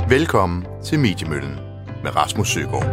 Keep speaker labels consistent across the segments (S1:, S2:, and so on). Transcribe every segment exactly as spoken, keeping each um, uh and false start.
S1: Velkommen til Mediemøllen med Rasmus Søgaard.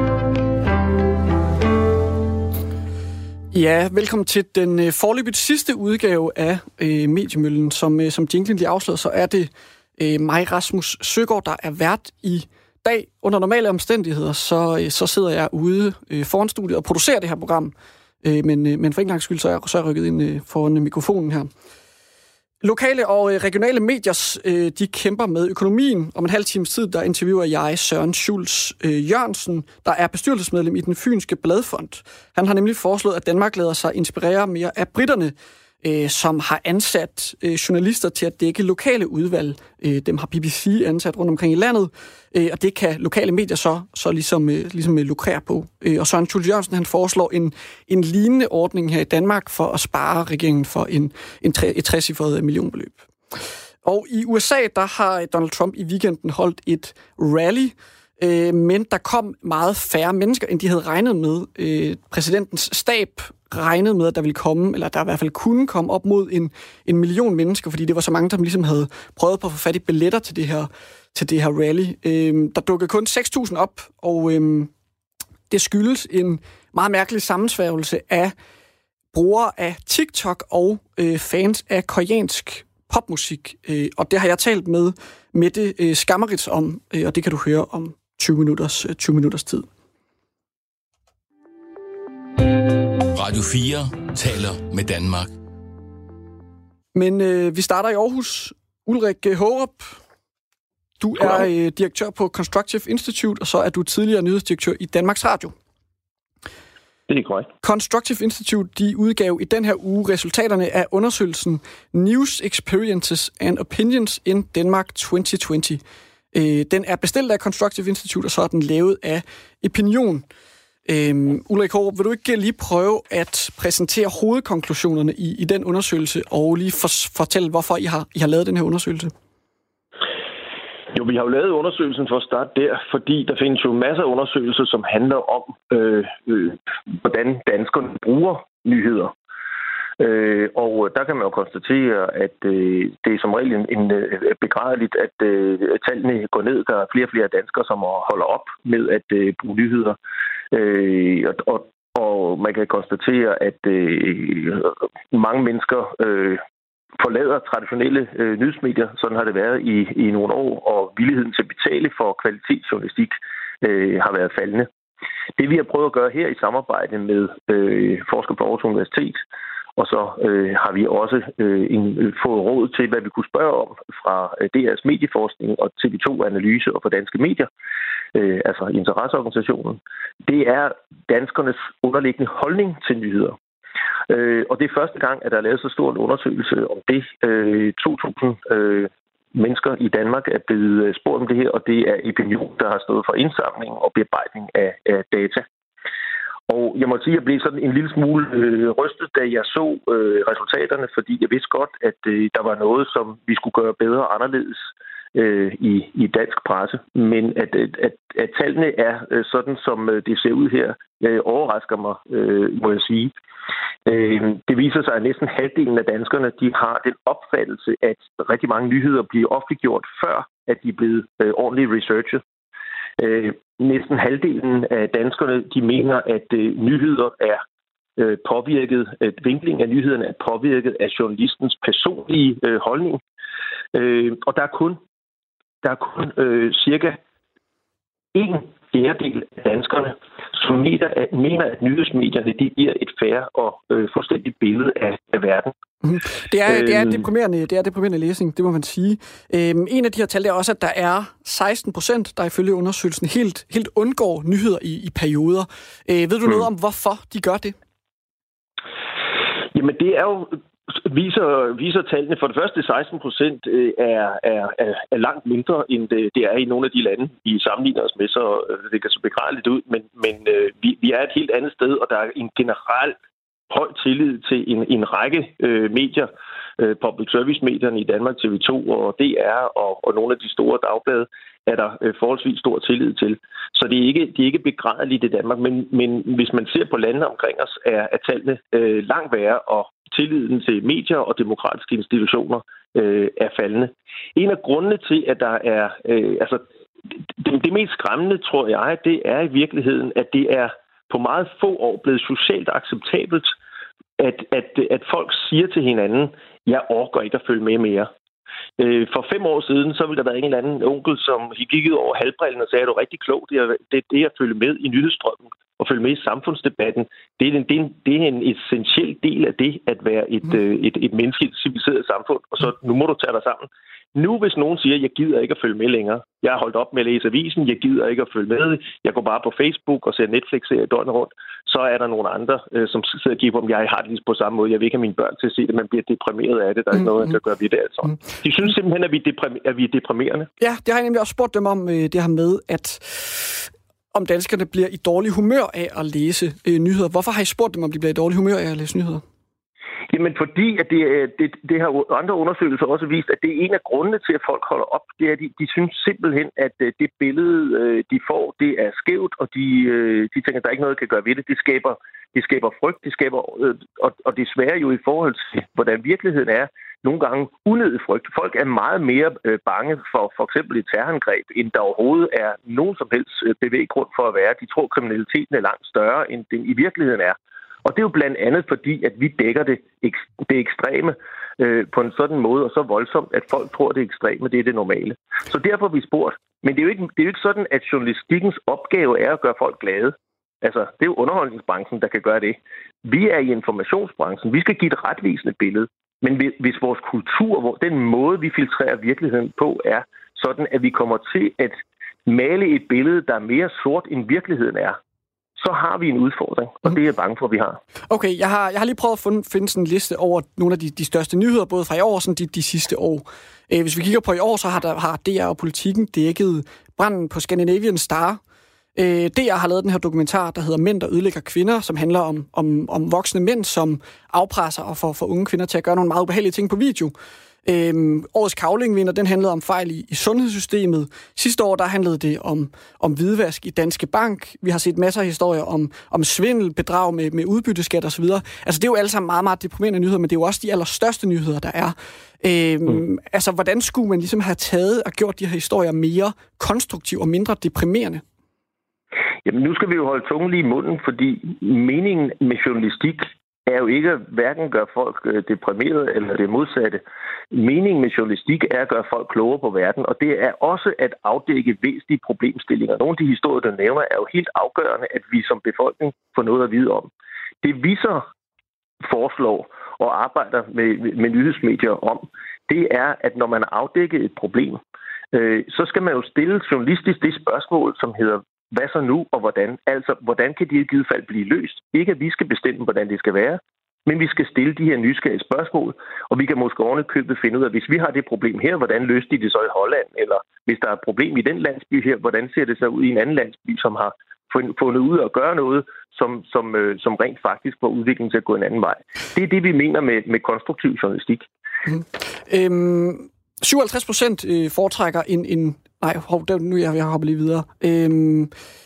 S2: Ja, velkommen til den øh, foreløbigt sidste udgave af øh, Mediemøllen. Som, øh, som jinglen lige afslører, så er det øh, mig, Rasmus Søgaard, der er vært i dag. Under normale omstændigheder, så, øh, så sidder jeg ude øh, foran studiet og producerer det her program. Øh, men, øh, men for en gang skyld, så er jeg, så er jeg rykket ind øh, foran mikrofonen her. Lokale og øh, regionale medier, øh, de kæmper med økonomien. Om en halv times tid, der interviewer jeg Søren Schultz øh, Jørgensen, der er bestyrelsesmedlem i den Fynske Bladfond. Han har nemlig foreslået, at Danmark lader sig inspirere mere af britterne, øh, som har ansat øh, journalister til at dække lokale udvalg. Øh, dem har B B C ansat rundt omkring i landet, øh, og det kan lokale medier så, så ligesom, øh, ligesom øh, lukrere på. Øh, og Søren Schultz Jørgensen, han foreslår en, en lignende ordning her i Danmark for at spare regeringen for en, en tre, et trecifret millionbeløb. Og i U S A, der har Donald Trump i weekenden holdt et rally, øh, men der kom meget færre mennesker, end de havde regnet med. Øh, præsidentens stab regnede med, at der ville komme, eller der i hvert fald kunne komme op mod en, en million mennesker, fordi det var så mange, der ligesom havde prøvet på at få fat i billetter til det her, til det her rally. Øh, der dukkede kun seks tusind op, og øh, det skyldes en meget mærkelig sammensværgelse af brugere af TikTok og øh, fans af koreansk popmusik. Øh, og det har jeg talt med Mette øh, Skammerits om, øh, og det kan du høre om tyve minutters, øh, tyve minutters tid.
S3: Radio fire taler med Danmark.
S2: Men øh, vi starter i Aarhus. Ulrik Hårup, du er øh, direktør på Constructive Institute, og så er du tidligere nyhedsdirektør i Danmarks Radio.
S4: Det er korrekt.
S2: Constructive Institute, de udgav i den her uge resultaterne af undersøgelsen News Experiences and Opinions in Denmark tyve tyve. Øh, den er bestilt af Constructive Institute, og så er den lavet af Opinion. Øhm, Ulrik Hårup, vil du ikke lige prøve at præsentere hovedkonklusionerne i, i den undersøgelse, og lige for, fortælle, hvorfor I har, I har lavet den her undersøgelse?
S4: Jo, vi har jo lavet undersøgelsen for at starte der, fordi der findes jo masser af undersøgelser, som handler om, øh, øh, hvordan danskerne bruger nyheder. Øh, og der kan man jo konstatere, at øh, det er som regel en, en øh, begrædeligt, at øh, tallene går ned. Der er flere og flere danskere, som holder op med at øh, bruge nyheder. Øh, og, og, og man kan konstatere, at øh, mange mennesker øh, forlader traditionelle øh, nyhedsmedier. Sådan har det været i, i nogle år, og villigheden til at betale for kvalitetsjournalistik øh, har været faldende. Det vi har prøvet at gøre her i samarbejde med øh, forskere på Aarhus Universitet, og så øh, har vi også øh, en, fået råd til, hvad vi kunne spørge om fra øh, D R's medieforskning og T V to Analyse og fra Danske Medier, øh, altså interesseorganisationen. Det er danskernes underliggende holdning til nyheder. Øh, og det er første gang, at der er lavet så stor en undersøgelse om det. Øh, to tusind øh, mennesker i Danmark er blevet spurgt om det her, og det er Opinion, der har stået for indsamling og bearbejdning af, af data. Og jeg må sige, at jeg blev sådan en lille smule øh, rystet, da jeg så øh, resultaterne, fordi jeg vidste godt, at øh, der var noget, som vi skulle gøre bedre og anderledes øh, i, i dansk presse. Men at, at, at, at tallene er øh, sådan, som øh, det ser ud her, øh, overrasker mig, øh, må jeg sige. Øh, det viser sig, at næsten halvdelen af danskerne, de har den opfattelse, at rigtig mange nyheder bliver offentliggjort, før at de er blevet øh, ordentligt researchet. Øh, næsten halvdelen af danskerne, de mener, at øh, nyheder er øh, påvirket, at vinklingen af nyhederne er påvirket af journalistens personlige øh, holdning. Øh, og der er kun, der er kun øh, cirka en fjerdedel af danskerne, som mener, at, mener, at nyhedsmedierne de giver et fair og øh, fuldstændigt billede af, af verden.
S2: Mm. Det er, øhm, det er deprimerende, det er deprimerende læsning, det må man sige. Øhm, en af de her tal er også, at der er seksten procent, der ifølge undersøgelsen helt, helt undgår nyheder i, i perioder. Øh, ved du mm. noget om, hvorfor de gør det?
S4: Jamen, det er jo viser, viser tallene. For det første, seksten procent er, er, er, er langt mindre, end det, det er i nogle af de lande, vi sammenligner os med, så det kan så begrædeligt ud. Men, men vi, vi er et helt andet sted, og der er en generel høj tillid til en, en række øh, medier, øh, public service-medierne i Danmark, T V to og D R og, og nogle af de store dagblade, er der øh, forholdsvis stor tillid til. Så det er ikke, det er ikke begrædeligt i Danmark, men, men hvis man ser på landene omkring os, er, er tallene øh, langt værre, og tilliden til medier og demokratiske institutioner øh, er faldende. En af grundene til, at der er, øh, altså det, det mest skræmmende, tror jeg, det er i virkeligheden, at det er på meget få år blevet socialt acceptabelt, at, at, at folk siger til hinanden, jeg orker ikke at følge med mere. For fem år siden, så ville der være en eller anden onkel, som gik ud over halvbrillen og sagde, at det er rigtig klogt, det er det, det at følge med i nyhedsstrømmen og følge med i samfundsdebatten. Det er en, det er en, det er en essentiel del af det at være et, mm. et, et menneskeligt civiliseret samfund. Og så nu må du tage dig sammen. Nu hvis nogen siger, at jeg gider ikke at følge med længere, jeg har holdt op med at læse avisen, jeg gider ikke at følge med, jeg går bare på Facebook og ser Netflix-serier døgnet rundt, så er der nogle andre, øh, som sidder og giver på, om jeg har det lige på samme måde. Jeg vil ikke have mine børn til at se det, man bliver deprimeret af det. Der er ikke mm, noget, man kan gøre ved det. Altså. Mm. De synes simpelthen, at vi, deprim- at vi er deprimerende.
S2: Ja, det har jeg nemlig også spurgt dem om, øh, det her med, at om danskerne bliver i dårlig humør af at læse øh, nyheder. Hvorfor har I spurgt dem, om de bliver i dårlig humør af at læse nyheder?
S4: Jamen fordi, at det, det, det har andre undersøgelser også vist, at det er en af grundene til, at folk holder op. Det er, at de, de synes simpelthen, at det billede, de får, det er skævt, og de, de tænker, at der er ikke noget, der kan gøre ved det. Det skaber, det skaber frygt, det skaber, og, og desværre jo i forhold til, hvordan virkeligheden er, nogle gange unødig frygt. Folk er meget mere bange for for eksempel et terrorangreb, end der overhovedet er nogen som helst bevæggrund for at være. De tror, kriminaliteten er langt større, end den i virkeligheden er. Og det er jo blandt andet fordi, at vi dækker det, det ekstreme øh, på en sådan måde, og så voldsomt, at folk tror, det ekstreme, det er det normale. Så derfor har vi spurgt. Men det er jo ikke, det er jo ikke sådan, at journalistikkens opgave er at gøre folk glade. Altså, det er jo underholdningsbranchen, der kan gøre det. Vi er i informationsbranchen. Vi skal give et retvisende billede. Men hvis vores kultur, hvor den måde, vi filtrerer virkeligheden på, er sådan, at vi kommer til at male et billede, der er mere sort, end virkeligheden er, så har vi en udfordring, og det er jeg bange for, at vi har.
S2: Okay, jeg har, jeg har lige prøvet at finde, finde sådan en liste over nogle af de, de største nyheder, både fra i år og sådan de, de sidste år. Øh, hvis vi kigger på i år, så har, der, har D R og Politikken dækket branden på Scandinavian Star. Øh, D R har lavet den her dokumentar, der hedder Mænd, der ødelægger kvinder, som handler om, om, om voksne mænd, som afpresser og får, får unge kvinder til at gøre nogle meget ubehagelige ting på video. Øhm, årets Cavlingvinder, den handlede om fejl i, i sundhedssystemet. Sidste år, der handlede det om, om hvidvask i Danske Bank. Vi har set masser af historier om, om svindel, bedrag med, med udbytteskat osv. Altså, det er jo alle sammen meget, meget deprimerende nyheder, men det er jo også de allerstørste nyheder, der er. Øhm, mm. Altså, hvordan skulle man ligesom have taget og gjort de her historier mere konstruktive og mindre deprimerende?
S4: Jamen, nu skal vi jo holde tungen lige i munden, fordi meningen med journalistik er jo ikke at hverken gøre folk deprimeret eller det modsatte. Meningen med journalistik er at gøre folk klogere på verden, og det er også at afdække væsentlige problemstillinger. Nogle af de historier, der nævner, er jo helt afgørende, at vi som befolkning får noget at vide om. Det vi så foreslår og arbejder med, med nyhedsmedier om, det er, at når man har afdækket et problem, øh, så skal man jo stille journalistisk det spørgsmål, som hedder, hvad så nu, og hvordan? Altså, hvordan kan de i givet fald blive løst? Ikke, at vi skal bestemme, hvordan det skal være, men vi skal stille de her nysgerrige spørgsmål, og vi kan måske ovenikøbet finde ud af, hvis vi har det problem her, hvordan løste de det så i Holland? Eller hvis der er et problem i den landsby her, hvordan ser det så ud i en anden landsby, som har fundet ud af at gøre noget, som, som, øh, som rent faktisk får udviklingen til at gå en anden vej. Det er det, vi mener med, med konstruktiv journalistik.
S2: Mm. Øhm, syvoghalvtreds procent foretrækker en... en Nej, hov, nu er jeg, jeg hopper lige videre. Øhm,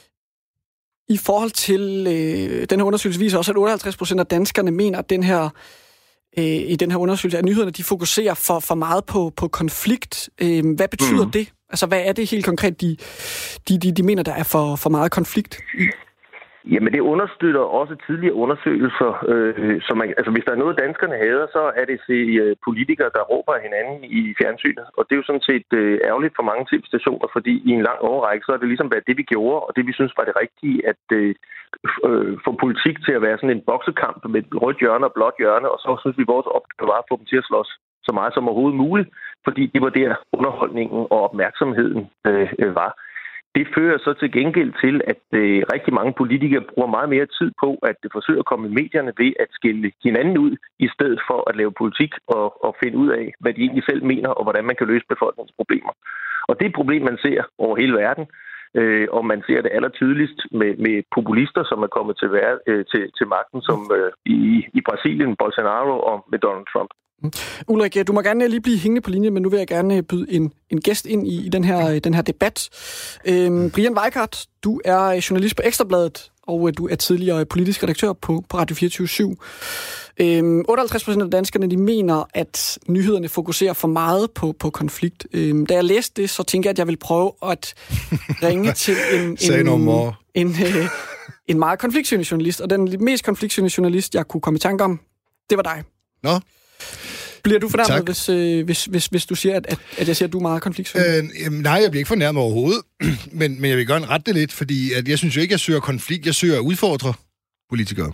S2: I forhold til øh, den her undersøgelse viser også, at otteoghalvtreds procent af danskerne mener, at den her, øh, i den her undersøgelse, at nyhederne de fokuserer for, for meget på, på konflikt. Øh, hvad betyder mm. det? Altså, hvad er det helt konkret, de, de, de, de mener, der er for, for meget konflikt i?
S4: Jamen, det understøtter også tidligere undersøgelser. Øh, som man, altså, hvis der er noget, danskerne hader, så er det se øh, politikere, der råber hinanden i fjernsynet. Og det er jo sådan set øh, ærgerligt for mange tv-stationer, fordi i en lang overrække, så er det ligesom været det, vi gjorde, og det, vi synes var det rigtige, at øh, øh, få politik til at være sådan en boksekamp med rødt hjørne og blåt hjørne, og så synes vi, vores opgave var at få dem til at slås så meget som overhovedet muligt, fordi det var der underholdningen og opmærksomheden øh, øh, var. Det fører så til gengæld til, at øh, rigtig mange politikere bruger meget mere tid på at forsøge at komme i medierne ved at skille hinanden ud, i stedet for at lave politik og, og finde ud af, hvad de egentlig selv mener, og hvordan man kan løse befolkningens problemer. Og det er et problem, man ser over hele verden, øh, og man ser det allertydeligst med, med populister, som er kommet til, være, øh, til, til magten, som øh, i, i Brasilien, Bolsonaro og med Donald Trump.
S2: Ulrik, du må gerne lige blive hængende på linje, men nu vil jeg gerne byde en, en gæst ind i, i den, her, den her debat. Øhm, Brian Weikart, du er journalist på Ekstrabladet, og øh, du er tidligere politisk redaktør på, på Radio fireogtyve syv. Øhm, otteoghalvtreds procent af danskerne, de mener, at nyhederne fokuserer for meget på, på konflikt. Øhm, da jeg læste det, så tænkte jeg, at jeg ville prøve at ringe til en, en, en, øh, en meget konfliktsøgende journalist, og den mest konfliktsøgende journalist, jeg kunne komme i tanke om, det var dig.
S5: Nå.
S2: Bliver du fornærmet, hvis, øh, hvis, hvis, hvis du siger, at, at, at jeg siger, at du er meget konfliktsøgende?
S5: Øh, nej, jeg bliver ikke fornærmet overhovedet, men, men jeg vil gerne rette det lidt, fordi at jeg synes jo ikke, jeg søger konflikt, jeg søger at udfordre politikere.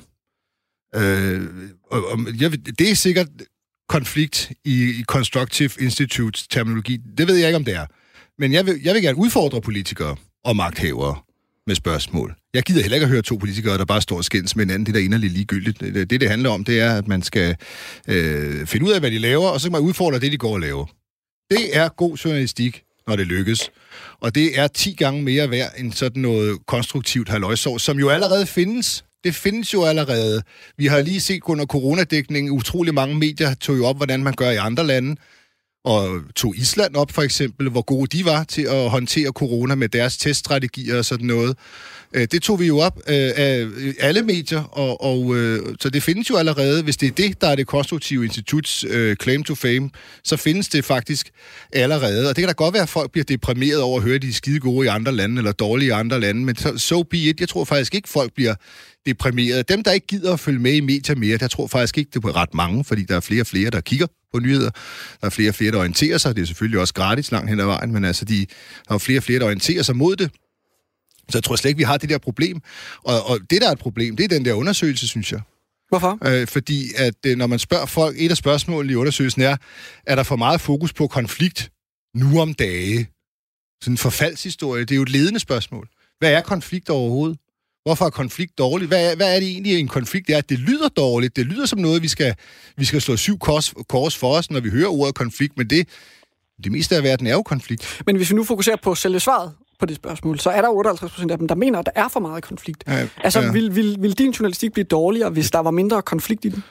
S5: Øh, og, og jeg, det er sikkert konflikt i, i Constructive Institutes terminologi. Det ved jeg ikke, om det er. Men jeg vil, jeg vil gerne udfordre politikere og magthavere med spørgsmål. Jeg gider heller ikke at høre to politikere, der bare står og skændes med hinanden. Det der inderligt ligegyldigt. Det, det, det handler om, det er, at man skal øh, finde ud af, hvad de laver, og så kan man udfordre det, de går og laver. Det er god journalistik, når det lykkes. Og det er ti gange mere værd end sådan noget konstruktivt halløjsår, som jo allerede findes. Det findes jo allerede. Vi har lige set under coronadækningen, utrolig mange medier tog jo op, hvordan man gør i andre lande. Og tog Island op, for eksempel, hvor gode de var til at håndtere corona med deres teststrategier og sådan noget. Det tog vi jo op af alle medier, og, og så det findes jo allerede. Hvis det er det, der er det konstruktive instituts uh, claim to fame, så findes det faktisk allerede. Og det kan da godt være, at folk bliver deprimeret over at høre, at de er skide gode i andre lande, eller dårlige i andre lande, men so, so be it. Jeg tror faktisk ikke, folk bliver deprimeret. Dem, der ikke gider at følge med i medier mere, der tror faktisk ikke, det er ret mange, fordi der er flere og flere, der kigger på nyheder. Der er flere og flere, der orienterer sig. Det er selvfølgelig også gratis langt hen ad vejen, men altså, de, der er flere og flere, der orienterer sig mod det. Så jeg tror slet ikke, vi har det der problem. Og, og det, der er et problem, det er den der undersøgelse, synes jeg.
S2: Hvorfor?
S5: Øh, fordi at når man spørger folk, et af spørgsmålene i undersøgelsen er, er der for meget fokus på konflikt nu om dage? Sådan en forfaldshistorie, det er jo et ledende spørgsmål. Hvad er konflikt overhovedet? Hvorfor er konflikt dårligt? Hvad er, hvad er det egentlig, en konflikt? Det er, at det lyder dårligt. Det lyder som noget, vi skal, vi skal slå syv kors, kors for os, når vi hører ordet konflikt. Men det, det meste af verden er jo konflikt.
S2: Men hvis vi nu fokuserer på selve svaret på det spørgsmål, så er der otteoghalvtreds procent af dem, der mener, at der er for meget konflikt. Ja, altså, ja. Vil, vil, vil din journalistik blive dårligere, hvis der var mindre konflikt i den?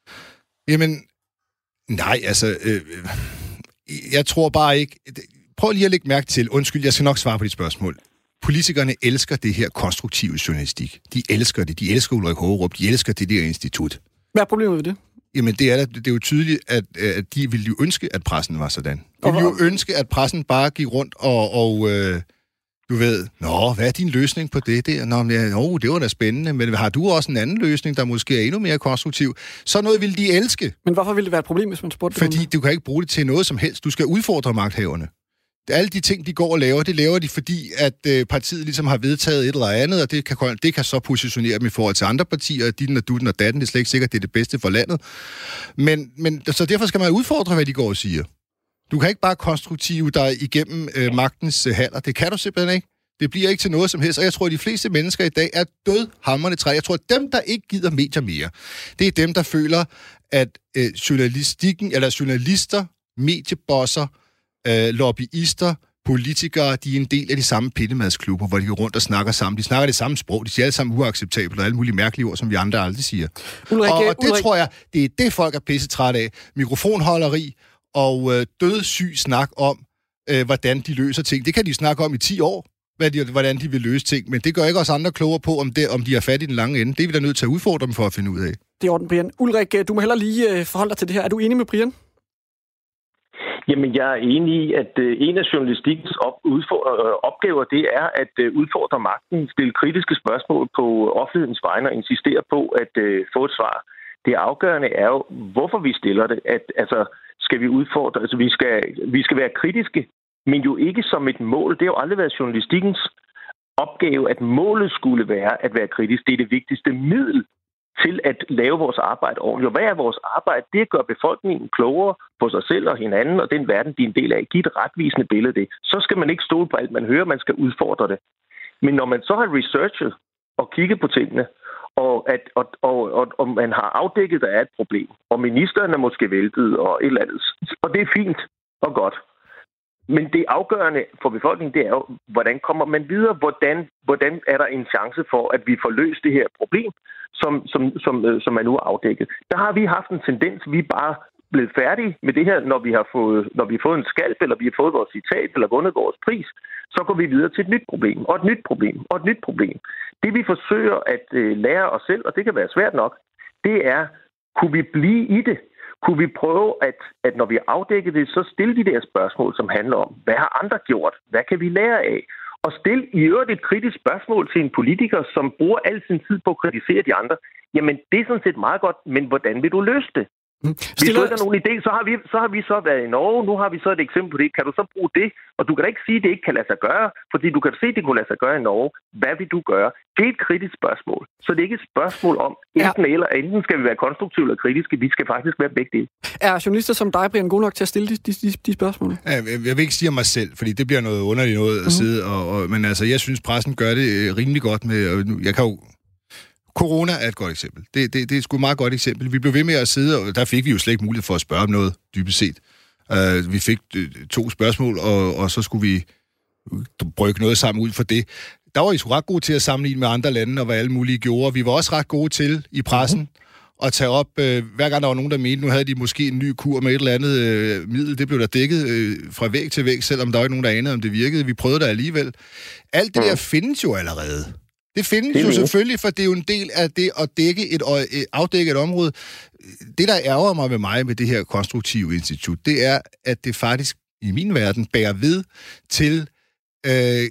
S5: Jamen, nej, altså... Øh, jeg tror bare ikke... Prøv lige at lægge mærke til... Undskyld, jeg skal nok svare på dit spørgsmål. Politikerne elsker det her konstruktive journalistik. De elsker det. De elsker Ulrik Hågerup. De elsker det der institut.
S2: Hvad er problemet ved det?
S5: Jamen, det er, det er jo tydeligt, at, at de ville jo ønske, at pressen var sådan. De ville jo ønske, at pressen bare gik rundt og, og øh, du ved, nå, hvad er din løsning på det der? Nå, ja, oh, det var da spændende, men har du også en anden løsning, der måske er endnu mere konstruktiv? Så noget ville de elske.
S2: Men hvorfor ville det være et problem, hvis man spurgte
S5: Fordi
S2: det?
S5: du kan ikke bruge det til noget som helst. Du skal udfordre magthaverne. Alle de ting, de går og laver, det laver de, fordi at øh, partiet ligesom har vedtaget et eller andet, og det kan, det kan så positionere dem i forhold til andre partier, ditten og dutten og datten. Det er slet ikke sikkert, det er det bedste for landet. Men, men så derfor skal man udfordre, hvad de går og siger. Du kan ikke bare konstruktive dig igennem øh, magtens øh, haller. Det kan du simpelthen ikke. Det bliver ikke til noget som helst, og jeg tror, at de fleste mennesker i dag er dødhamrende trætte. Jeg tror, at dem, der ikke gider medier mere, det er dem, der føler, at øh, journalistikken, eller journalister, mediebosser, øh, lobbyister, politikere, de er en del af de samme pindemadsklubber, hvor de går rundt og snakker sammen. De snakker det samme sprog, de siger alle sammen uacceptabelt, og alle mulige mærkelige ord, som vi andre aldrig siger.
S2: Ulrik,
S5: og, og det
S2: Ulrik...
S5: tror jeg, det er det, folk er pisse træt af. Mikrofonholderi og øh, dødssyg snak om, øh, hvordan de løser ting. Det kan de snakke om i ti år, hvad de, hvordan de vil løse ting, men det gør ikke os andre klogere på, om, det, om de har fat i den lange ende. Det er vi da nødt til at udfordre dem for at finde ud af.
S2: Det er orden, Brian. Ulrik, du må heller lige forholde dig til det her. Er du enig med Brian?
S4: Jamen, jeg er enig i, at øh, en af journalistikkens op, udfordre, øh, opgaver, det er at øh, udfordre magten, stille kritiske spørgsmål på offentlighedens vegne og insistere på at øh, få et svar. Det afgørende er jo, hvorfor vi stiller det. At, altså, skal vi udfordre, altså vi skal, vi skal være kritiske, men jo ikke som et mål. Det har jo aldrig været journalistikkens opgave, at målet skulle være at være kritisk. Det er det vigtigste middel til at lave vores arbejde ordentligt. Og hvad er vores arbejde? Det gør befolkningen klogere på sig selv og hinanden, og den verden, de er en del af. Giv et retvisende billede af det. Så skal man ikke stole på alt, man hører. Man skal udfordre det. Men når man så har researchet og kigget på tingene, og, at, og, og, og, og man har afdækket, at der er et problem, og ministeren er måske væltet og et eller andet, og det er fint og godt. Men det afgørende for befolkningen, det er jo, hvordan kommer man videre? Hvordan, hvordan er der en chance for, at vi får løst det her problem, som, som, som, som er nu afdækket? Der har vi haft en tendens, vi bare blevet færdige med det her, når vi har fået, når vi har fået en skalp, eller vi har fået vores citat, eller vundet vores pris, så går vi videre til et nyt problem, og et nyt problem, og et nyt problem. Det vi forsøger at øh, lære os selv, og det kan være svært nok, det er, kunne vi blive i det? Kunne vi prøve, at, at når vi har afdækket det, så stille de der spørgsmål, som handler om, hvad har andre gjort? Hvad kan vi lære af? Og stille i øvrigt et kritisk spørgsmål til en politiker, som bruger al sin tid på at kritisere de andre. Jamen, det er sådan set meget godt, men hvordan vil du løse det? Mm. Hvis du ikke har nogen idé, så har, vi, så har vi så været i Norge. Nu har vi så et eksempel på det. Kan du så bruge det? Og du kan da ikke sige, at det ikke kan lade sig gøre, fordi du kan se, at det kunne lade sig gøre i Norge. Hvad vil du gøre? Det er et kritisk spørgsmål. Så det er ikke et spørgsmål om enten ja. eller. Enten skal vi være konstruktive eller kritiske. Vi skal faktisk være begge dele. Er journalister som dig, Brian, god nok til at stille de, de, de, de spørgsmål?
S5: Ja, jeg vil ikke sige om mig selv, fordi det bliver noget underligt noget at mm-hmm. sidde. Og, og, men altså, jeg synes, pressen gør det rimelig godt med... Jeg kan jo Corona er et godt eksempel. Det, det, det er sgu et meget godt eksempel. Vi blev ved med at sidde, og der fik vi jo slet ikke mulighed for at spørge om noget, dybest set. Uh, vi fik uh, to spørgsmål, og, og så skulle vi brygge noget sammen ud for det. Der var I sgu ret gode til at sammenligne med andre lande, og hvad alle mulige gjorde. Vi var også ret gode til i pressen mm-hmm. at tage op, uh, hver gang der var nogen, der mente, nu havde de måske en ny kur med et eller andet uh, middel. Det blev der dækket uh, fra væg til væg, selvom der var ikke nogen, der anede, om det virkede. Vi prøvede det alligevel. Alt det der findes jo allerede. Det findes det jo selvfølgelig, for det er jo en del af det at dække et, afdække et område. Det, der ærger mig ved mig med det her konstruktive institut, det er, at det faktisk i min verden bærer ved til øh,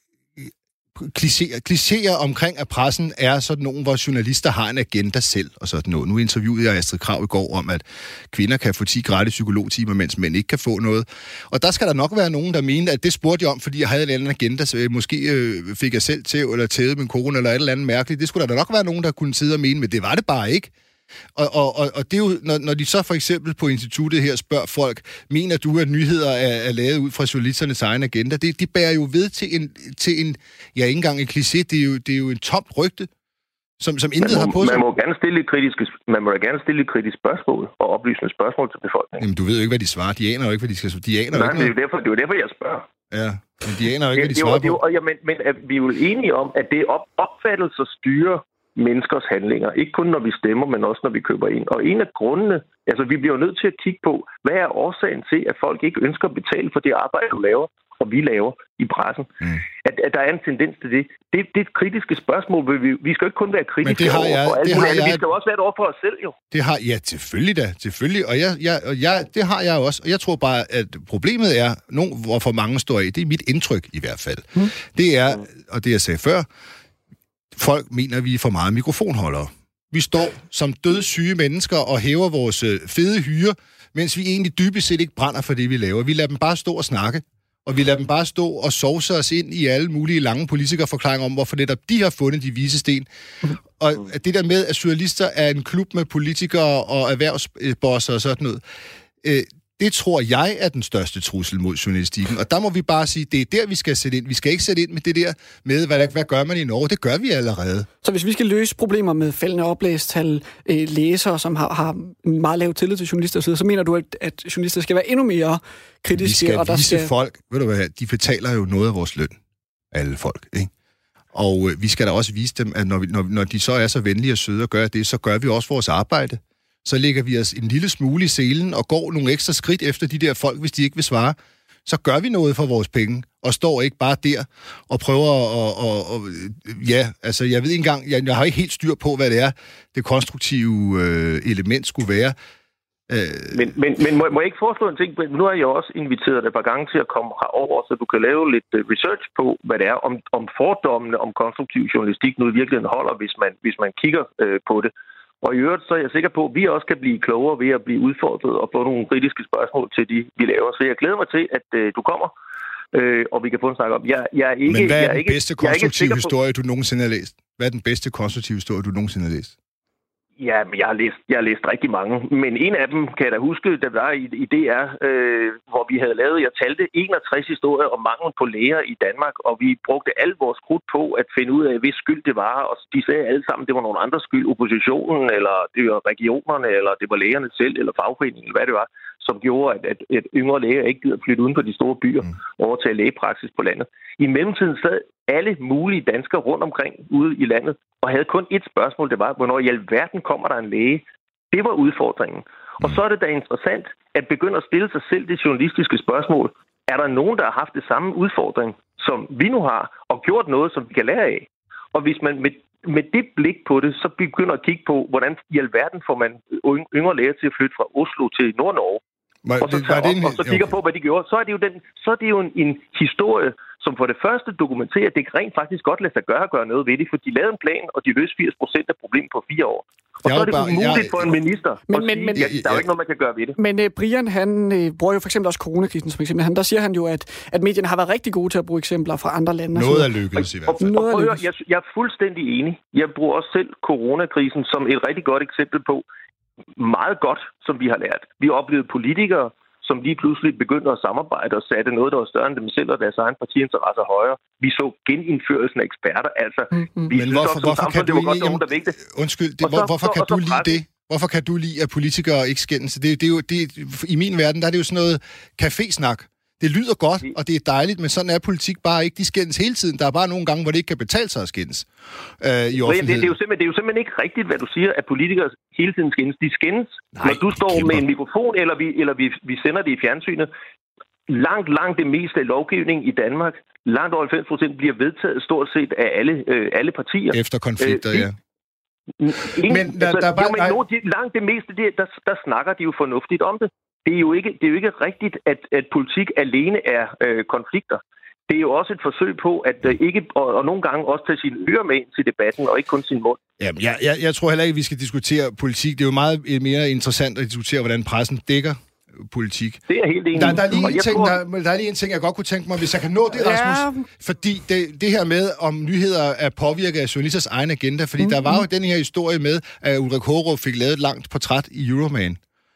S5: klichéer, klichéer omkring, at pressen er sådan nogen, hvor journalister har en agenda selv og sådan noget. Nu interviewede jeg Astrid Krag i går om, at kvinder kan få ti gratis psykologtimer, mens mænd ikke kan få noget. Og der skal der nok være nogen, der mener, at det spurgte jeg om, fordi jeg havde en anden agenda. Så måske øh, fik jeg selv tæv eller tævet min kone eller et eller andet mærkeligt. Det skulle der nok være nogen, der kunne sidde og mene, men det var det bare ikke. Og, og, og, og det er jo, når, når de så for eksempel på instituttet her spørger folk, mener du, at nyheder er, er lavet ud fra journalisternes egen agenda? Det, de bærer jo ved til en, til en, ja, ikke engang en kliché, det er jo, det er jo en tomt rygte, som, som intet har på sig.
S4: Man må gerne stille et kritisk, man må gerne stille et kritisk spørgsmål og oplysende spørgsmål til befolkningen.
S5: Jamen, du ved jo ikke, hvad de svarer. De aner jo ikke, hvad de skal svare. De aner
S4: Nej,
S5: ikke
S4: det er jo derfor, det er jo derfor, jeg spørger.
S5: Ja, men de aner jo ikke, hvad de svarer på.
S4: Og, ja, men, men vi er jo enige om, at det op, opfattelser styrer menneskers handlinger. Ikke kun når vi stemmer, men også når vi køber ind. Og en af grundene, altså vi bliver jo nødt til at kigge på, hvad er årsagen til, at folk ikke ønsker at betale for det arbejde, du laver, og vi laver i pressen. Mm. At, at der er en tendens til det. Det, det er et kritiske spørgsmål. Vi, vi skal jo ikke kun være kritiske over for alle mulige. Vi skal jo også være det over for os selv, jo.
S5: Det har, ja, selvfølgelig da. Selvfølgelig. Og jeg, jeg, jeg, det har jeg også. Og jeg tror bare, at problemet er, nogen, hvorfor mange står i, det er mit indtryk i hvert fald. Mm. Det er, og det jeg sagde før, folk mener, vi er for meget mikrofonholdere. Vi står som dødssyge mennesker og hæver vores øh, fede hyre, mens vi egentlig dybest set ikke brænder for det, vi laver. Vi lader dem bare stå og snakke, og vi lader dem bare stå og sovse os ind i alle mulige lange politikerforklaringer om, hvorfor netop de har fundet de vise sten. Og det der med, at journalister er en klub med politikere og erhvervsbosser og sådan noget, øh, det tror jeg er den største trussel mod journalistikken. Og der må vi bare sige, det er der, vi skal sætte ind. Vi skal ikke sætte ind med det der med, hvad, hvad gør man i Norge? Det gør vi allerede.
S2: Så hvis vi skal løse problemer med faldende oplæstal, øh, læsere, som har, har meget lav tillid til journalister osv., så mener du, at, at journalister skal være endnu mere kritiske?
S5: Vi skal
S2: og der
S5: vise
S2: skal...
S5: folk, ved du hvad, de betaler jo noget af vores løn. Alle folk, ikke? Og øh, vi skal da også vise dem, at når, vi, når, når de så er så venlige og søde og gør det, så gør vi også vores arbejde. Så lægger vi os en lille smule i selen og går nogle ekstra skridt efter de der folk, hvis de ikke vil svare. Så gør vi noget for vores penge, og står ikke bare der og prøver at... Og, og, ja, altså jeg ved ikke engang, jeg, jeg har ikke helt styr på, hvad det er, det konstruktive øh, element skulle være.
S4: Øh... Men, men, men må, må jeg ikke foreslå en ting? Nu har jeg også inviteret dig et par gange til at komme herover, så du kan lave lidt research på, hvad det er, om, om fordommene om konstruktiv journalistik nu i virkeligheden holder, hvis man, hvis man kigger øh, på det. Og i øvrigt, så er jeg sikker på, at vi også kan blive klogere ved at blive udfordret og få nogle kritiske spørgsmål til de, vi laver. Så jeg glæder mig til, at øh, du kommer, øh, og vi kan få en snak om. Jeg, jeg er ikke,
S5: Men hvad er
S4: jeg er
S5: den
S4: ikke,
S5: bedste konstruktive historie, du nogensinde har læst? Hvad er den bedste konstruktive historie, du nogensinde har læst?
S4: Ja, jeg har læst, jeg har læst rigtig mange. Men en af dem kan jeg da huske, der var i, i D R, øh, hvor vi havde lavet, jeg talte enogtres historier om mangel på læger i Danmark, og vi brugte al vores krudt på at finde ud af, hvis skyld det var, og de sagde alle sammen, det var nogle andres skyld, oppositionen, eller det var regionerne, eller det var lægerne selv, eller fagforeningen, eller hvad det var, som gjorde, at, at, at yngre læger ikke gider flytte uden for de store byer og mm. overtage lægepraksis på landet. I mellemtiden sad alle mulige danskere rundt omkring ude i landet, og havde kun et spørgsmål, det var, hvornår i alverden kommer der en læge? Det var udfordringen. Og så er det da interessant at begynde at stille sig selv det journalistiske spørgsmål. Er der nogen, der har haft det samme udfordring, som vi nu har, og gjort noget, som vi kan lære af? Og hvis man med, med det blik på det, så begynder at kigge på, hvordan i alverden får man yngre læger til at flytte fra Oslo til Nord-Norge,
S5: var,
S4: og så, tager
S5: det,
S4: op, en, og så kigger okay. på, hvad de gjorde, så er det jo, den, så er det jo en, en historie, som for det første dokumenterer, at det rent faktisk godt lader sig gøre at gøre noget ved det, for de lavede en plan, og de løste firs procent af problemet på fire år. Og så er det bare, umuligt jeg, for en minister
S2: men,
S4: at
S2: men,
S4: sige,
S2: men,
S4: at der er jo ikke noget, man kan gøre ved det.
S2: Men uh, Brian, han uh, bruger jo for eksempel også coronakrisen som eksempel. Han, der siger han jo, at, at medierne har været rigtig gode til at bruge eksempler fra andre lande.
S5: Noget er lykkedes i hvert fald.
S4: Og, og, og, og, jeg, jeg er fuldstændig enig. Jeg bruger også selv coronakrisen som et rigtig godt eksempel på meget godt, som vi har lært. Vi har oplevet politikere, som lige pludselig begyndte at samarbejde og satte noget, der var større end dem selv og deres egen partiinteresser højere. Vi så genindførelsen af eksperter. Altså,
S5: mm-hmm.
S4: vi
S5: Men
S4: synes
S5: hvorfor,
S4: også,
S5: hvorfor kan
S4: samfund,
S5: du
S4: det var godt,
S5: ikke...
S4: nogen, der vigte.
S5: Undskyld, det,
S4: så,
S5: hvor, hvorfor
S4: så,
S5: kan
S4: så,
S5: du
S4: så
S5: lide det? Hvorfor kan du lide, at politikere ikke skændes? Det, det er jo, det, I min verden, der er det jo sådan noget cafésnak. Det lyder godt, og det er dejligt, men sådan er politik bare ikke. De skændes hele tiden. Der er bare nogle gange, hvor det ikke kan betale sig at skændes øh, i offentligheden.
S4: Det, det, er jo simpelthen, det er jo simpelthen ikke rigtigt, hvad du siger, at politikere hele tiden skændes. De skændes, Nej, når du står kæmper. med en mikrofon, eller vi, eller vi, vi sender det i fjernsynet. Langt, langt det meste af lovgivning i Danmark, langt over halvfems procent bliver vedtaget stort set af alle, øh, alle partier.
S5: Efter konflikter, øh, de, ja.
S4: Ingen, men der, altså, der er bare... Jo, men nogen, de, langt det meste, det, der, der snakker de jo fornuftigt om det. Det er jo ikke, det er jo ikke rigtigt, at, at politik alene er øh, konflikter. Det er jo også et forsøg på, at øh, ikke, og, og nogle gange også tage sine ører med ind til debatten, og ikke kun sin mund.
S5: Jamen, jeg, jeg, jeg tror heller ikke, at vi skal diskutere politik. Det er jo meget mere interessant at diskutere, hvordan pressen dækker politik.
S4: Det er helt enig.
S5: Der, der, er lige en ting,
S4: tror...
S5: der, der er lige en ting, jeg godt kunne tænke mig, hvis jeg kan nå det, Rasmus. Ja. Fordi det, det her med, om nyheder er påvirket af journalisters egen agenda, fordi mm-hmm. der var jo den her historie med, at Ulrik Hårup fik lavet et langt portræt i Euroman,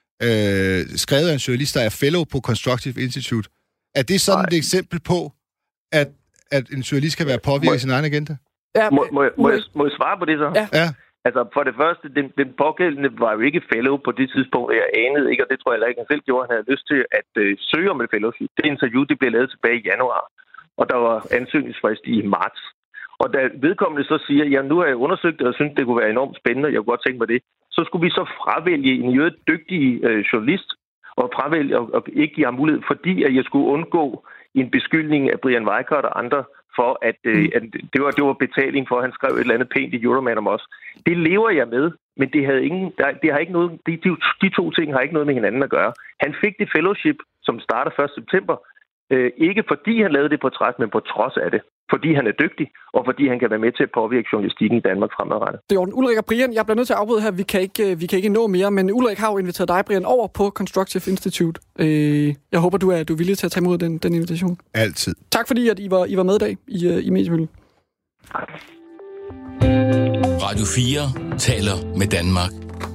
S5: øh, skrevet af en journalist, der er fellow på Constructive Institute. Er det sådan Nej. et eksempel på, at, at en journalist kan være påvirket af sin egen agenda?
S4: Ja, må, må, må, jeg, må jeg svare på det så?
S2: Ja.
S5: ja.
S4: Altså, for det første, den, den pågældende var jo ikke fellow på det tidspunkt, jeg anede ikke, og det tror jeg heller ikke, han selv gjorde. Han havde lyst til at øh, søge om et fellowship. Det interview, det blev lavet tilbage i januar, og der var ansøgningsfrist i marts. Og da vedkommende så siger, ja, nu har jeg undersøgt det, og synes, det kunne være enormt spændende, jeg kunne godt tænke mig det, så skulle vi så fravælge en jo dygtig øh, journalist, og fravælge og, og ikke give ham mulighed, fordi at jeg skulle undgå en beskyldning af Brian Weikart og andre, for at, øh, at det, var, det var betaling for, at han skrev et eller andet pænt i Euroman om os. Det lever jeg med, men det havde ingen, der, det har ikke noget, de, de, de to ting har ikke noget med hinanden at gøre. Han fik det fellowship, som starter første september, øh, ikke fordi han lavede det portræt, men på trods af det. Fordi han er dygtig, og fordi han kan være med til at påvirke journalistikken i Danmark fremadrettet.
S2: Det er orden. Ulrik og Brian, jeg bliver nødt til at afbryde her. Vi kan ikke, vi kan ikke nå mere, men Ulrik har jo inviteret dig, Brian, over på Constructive Institute. Øh, jeg håber, du er, du er villig til at tage imod den, den invitation.
S5: Altid.
S2: Tak fordi, at I var, I var med i dag i, i Mediemøllen.
S3: Radio fire taler med Danmark.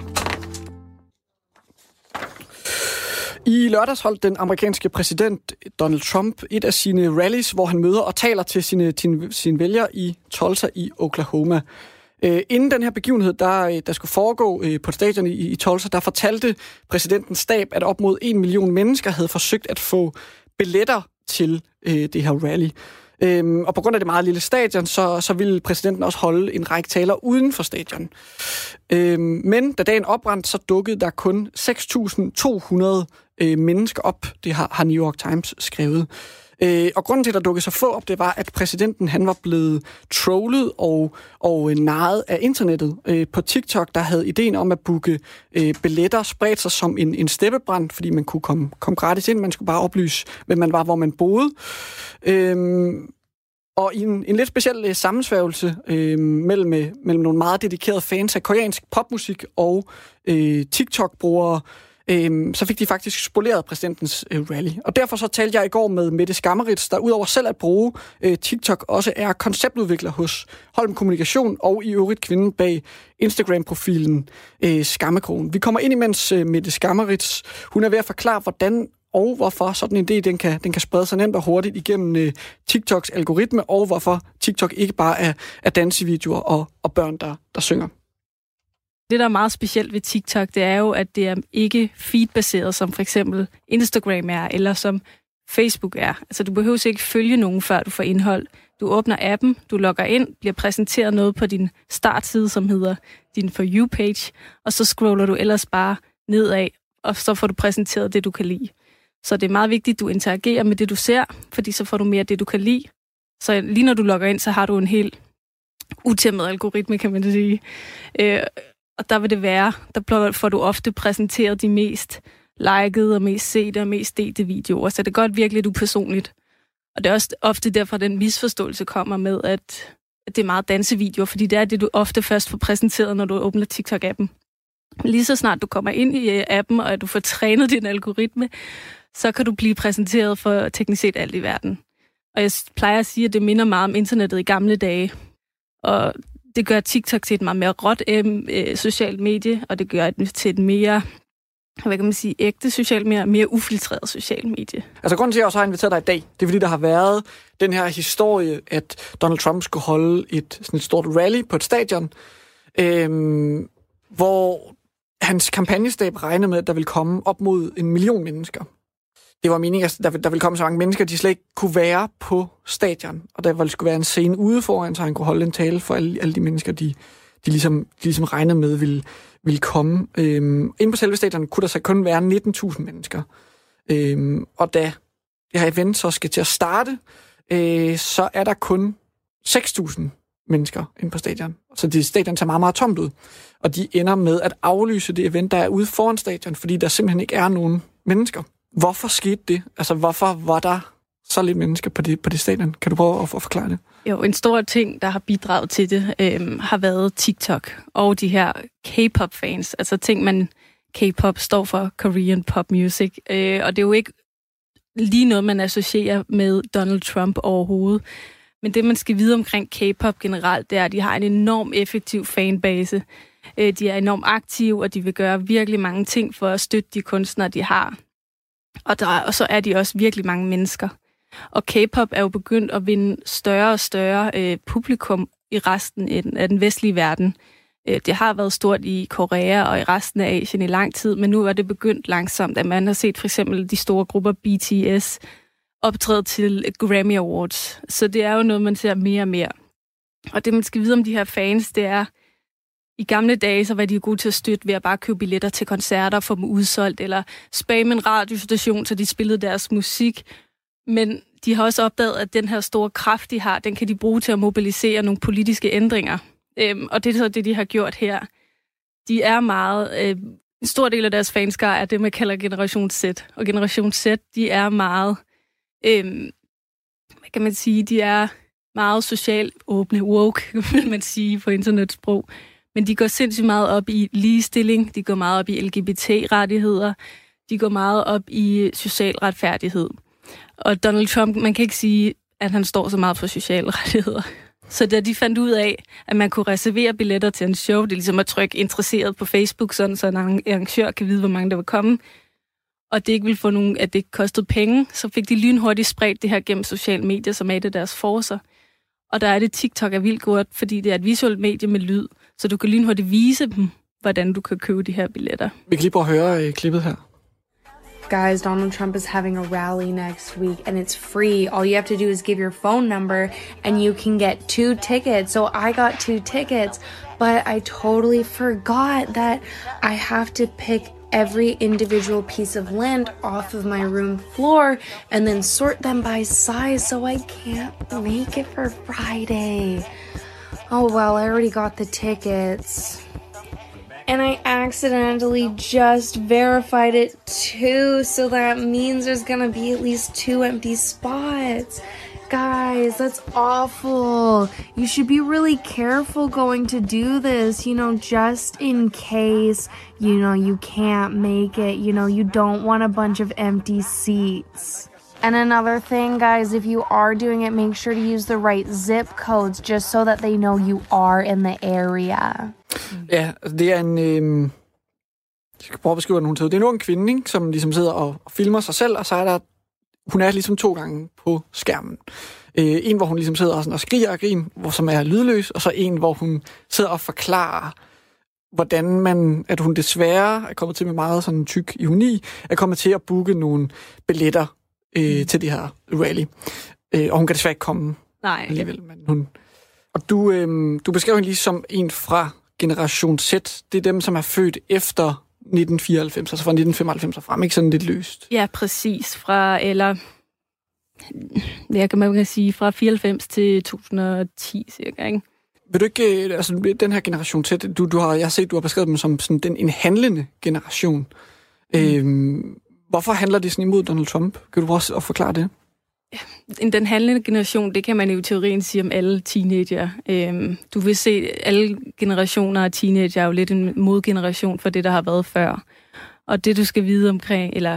S2: I lørdags holdt den amerikanske præsident Donald Trump et af sine rallies, hvor han møder og taler til sine, til sine vælgere i Tulsa i Oklahoma. Øh, inden den her begivenhed, der, der skulle foregå øh, på stadion i, i Tulsa, der fortalte præsidentens stab, at op mod en million mennesker havde forsøgt at få billetter til øh, det her rally. Øhm, og på grund af det meget lille stadion, så, så ville præsidenten også holde en række taler uden for stadion. Øhm, men da dagen oprandt, så dukkede der kun seks tusind to hundrede øh, mennesker op. Det har, har New York Times skrevet. Øh, og grunden til, at der dukkede så få op, det var, at præsidenten han var blevet trollet og, og øh, narret af internettet. Øh, på TikTok, der havde ideen om at booke øh, billetter spredt sig som en, en steppebrand, fordi man kunne komme, komme gratis ind. Man skulle bare oplyse, hvem man var, hvor man boede. Øh, og i en, en lidt speciel øh, sammensværgelse øh, mellem, øh, mellem nogle meget dedikerede fans af koreansk popmusik og øh, TikTok-brugere, Øhm, så fik de faktisk spoleret præsidentens øh, rally. Og derfor så talte jeg i går med Mette Skammerits, der udover selv at bruge øh, TikTok, også er konceptudvikler hos Holm Kommunikation og i øvrigt kvinden bag Instagram-profilen øh, Skammekrogen. Vi kommer ind imens øh, Mette Skammerits. Hun er ved at forklare, hvordan og hvorfor sådan en idé den kan, den kan sprede sig nemt og hurtigt igennem øh, TikToks algoritme, og hvorfor TikTok ikke bare er, er dansevideoer og, og børn, der, der synger.
S6: Det, der er meget specielt ved TikTok, det er jo, at det er ikke feedbaseret, som for eksempel Instagram er, eller som Facebook er. Altså, du behøver ikke følge nogen, før du får indhold. Du åbner appen, du logger ind, bliver præsenteret noget på din startside, som hedder din For You-page, og så scroller du ellers bare nedad og så får du præsenteret det, du kan lide. Så det er meget vigtigt, at du interagerer med det, du ser, fordi så får du mere det, du kan lide. Så lige når du logger ind, så har du en helt utæmmet algoritme, kan man sige. Øh, og der vil det være, der får du ofte præsenteret de mest likede og mest sete og mest delte videoer. Så det er godt virkelig, at du er personligt. Og det er også ofte derfor, den misforståelse kommer med, at, at det er meget dansevideoer, fordi det er det, du ofte først får præsenteret, når du åbner TikTok-appen. Lige så snart du kommer ind i appen, og du får trænet din algoritme, så kan du blive præsenteret for teknisk set alt i verden. Og jeg plejer at sige, at det minder meget om internettet i gamle dage. Og det gør TikTok til et meget mere råt øh, socialt medie, og det gør det til et mere, hvad kan man sige, ægte socialt, mere, mere ufiltreret socialt medie.
S2: Altså grunden til, at jeg også har inviteret dig i dag, det er fordi, der har været den her historie, at Donald Trump skulle holde et, sådan et stort rally på et stadion, øhm, hvor hans kampagnestab regnede med, at der ville komme op mod en million mennesker. Det var meningen, at der, der ville komme så mange mennesker, de slet ikke kunne være på stadion. Og der ville skulle være en scene ude foran, så han kunne holde en tale for alle, alle de mennesker, de, de, ligesom, de ligesom regnede med ville, ville komme. Øhm, inde på selve stadion kunne der så kun være nitten tusind mennesker. Øhm, og da det her event så skal til at starte, øh, så er der kun seks tusind mennesker inde på stadion. Så det stadion ser meget, meget tomt ud. Og de ender med at aflyse det event, der er ude foran stadion, fordi der simpelthen ikke er nogen mennesker. Hvorfor skete det? Altså, hvorfor var der så lidt mennesker på det, på det stadion? Kan du prøve at forklare det?
S6: Jo, en stor ting, der har bidraget til det, øh, har været TikTok og de her K-pop-fans. Altså ting, man... K-pop står for Korean Pop Music. Øh, og det er jo ikke lige noget, man associerer med Donald Trump overhovedet. Men det, man skal vide omkring K-pop generelt, det er, at de har en enorm effektiv fanbase. Øh, de er enormt aktive, og de vil gøre virkelig mange ting for at støtte de kunstnere, de har. Og, der, og så er de også virkelig mange mennesker. Og K-pop er jo begyndt at vinde større og større øh, publikum i resten af den vestlige verden. Øh, det har været stort i Korea og i resten af Asien i lang tid, men nu er det begyndt langsomt, at man har set for eksempel de store grupper B T S optræde til Grammy Awards. Så det er jo noget, man ser mere og mere. Og det, man skal vide om de her fans, det er, i gamle dage, så var de gode til at støtte ved at bare købe billetter til koncerter, få dem udsolgt, eller spamme en radiostation, så de spillede deres musik. Men de har også opdaget, at den her store kraft, de har, den kan de bruge til at mobilisere nogle politiske ændringer. Øhm, og det er så det, de har gjort her. De er meget... Øh, en stor del af deres fanskare er det, man kalder Generation Z. Og Generation Z, de er meget... Øh, hvad kan man sige? De er meget socialt åbne, woke, vil man sige på internetsprog. Men de går sindssygt meget op i ligestilling, de går meget op i L G B T-rettigheder, de går meget op i social retfærdighed. Og Donald Trump, man kan ikke sige, at han står så meget for sociale rettigheder. Så da de fandt ud af, at man kunne reservere billetter til en show, det er ligesom at trykke interesseret på Facebook, sådan, så en arrangør kan vide, hvor mange der vil komme, og det ikke ville få nogen, at det ikke kostede penge, så fik de lynhurtigt spredt det her gennem sociale medier, som er det deres forcer. Og der er det, TikTok er vildt godt, fordi det er et visuelt medie med lyd, så du kan lynhurtigt vise dem, hvordan du kan købe de her billetter.
S2: Vi kan lige prøve at høre uh, klippet her.
S7: Guys, Donald Trump is having a rally next week and it's free. All you have to do is give your phone number and you can get two tickets. So I got two tickets, but I totally forgot that I have to pick every individual piece of lint off of my room floor and then sort them by size, so I can't make it for Friday. Oh well, I already got the tickets. And I accidentally just verified it too, so that means there's gonna be at least two empty spots. Guys, that's awful. You should be really careful going to do this, you know, just in case, you know, you can't make it. You know, you don't want a bunch of empty seats. And another thing, guys, if you are doing it, make sure to use the right zip codes, just so that they know you are in the area.
S2: Ja, det er en... Øh... Jeg skal prøve at beskrive, hvad hun hedder. Det er en ung kvinde, ikke, som ligesom sidder og filmer sig selv, og så er der... Hun er ligesom to gange på skærmen. Øh, en, hvor hun ligesom sidder og, sådan, og skriger og griner, hvor, som er lydløs, og så en, hvor hun sidder og forklarer, hvordan man, at hun desværre er kommet til med meget sådan tyk ironi, er kommet til at booke nogle billetter øh, mm. til det her rally. Øh, og hun kan desværre ikke komme
S6: Nej.
S2: alligevel. Men hun... Og du, øh, du beskrev hende lige som en fra Generation Z. Det er dem, som er født efter nitten fireoghalvfems, altså fra nitten femoghalvfems og frem, ikke sådan lidt løst?
S6: Ja, præcis. Fra, eller, jeg kan man kan sige, fra fireoghalvfems til to tusind og ti cirka, ikke?
S2: Vil du ikke, altså den her generation til, du, du har, jeg har set, du har beskrevet dem som sådan den, en handlende generation. Mm. Øhm, hvorfor handler de sådan imod Donald Trump? Kan du også forklare det?
S6: Ja, den handlende generation, det kan man jo i teorien sige om alle teenager. Øhm, du vil se, alle generationer af teenager er jo lidt en modgeneration for det, der har været før. Og det, du skal vide omkring, eller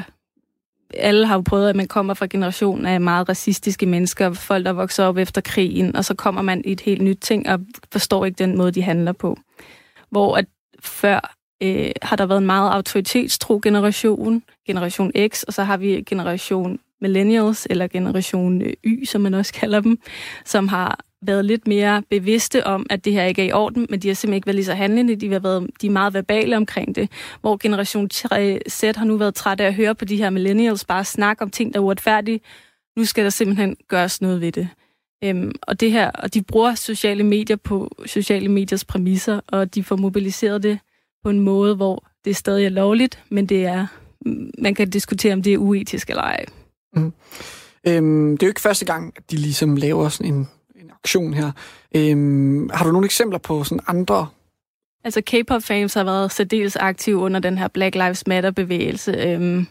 S6: alle har jo prøvet, at man kommer fra generationen af meget racistiske mennesker, folk, der vokser op efter krigen, og så kommer man i et helt nyt ting, og forstår ikke den måde, de handler på. Hvor at før øh, har der været en meget autoritetstro generation, generation X, og så har vi generation millennials, eller generation Y, som man også kalder dem, som har været lidt mere bevidste om, at det her ikke er i orden, men de har simpelthen ikke været lige så handlende, de har været de er meget verbale omkring det, hvor generation Z har nu været træt af at høre på de her millennials bare snakke om ting, der er uretfærdige. Nu skal der simpelthen gøres noget ved det. Øhm, og det her, og de bruger sociale medier på sociale mediers præmisser, og de får mobiliseret det på en måde, hvor det stadig er lovligt, men det er, man kan diskutere, om det er uetisk eller ej.
S2: Mm. Øhm, det er jo ikke første gang, at de ligesom laver sådan en en aktion her. Øhm, har du nogle eksempler på sådan andre?
S6: Altså K-pop-fans har været særdeles aktive under den her Black Lives Matter-bevægelse. Øhm,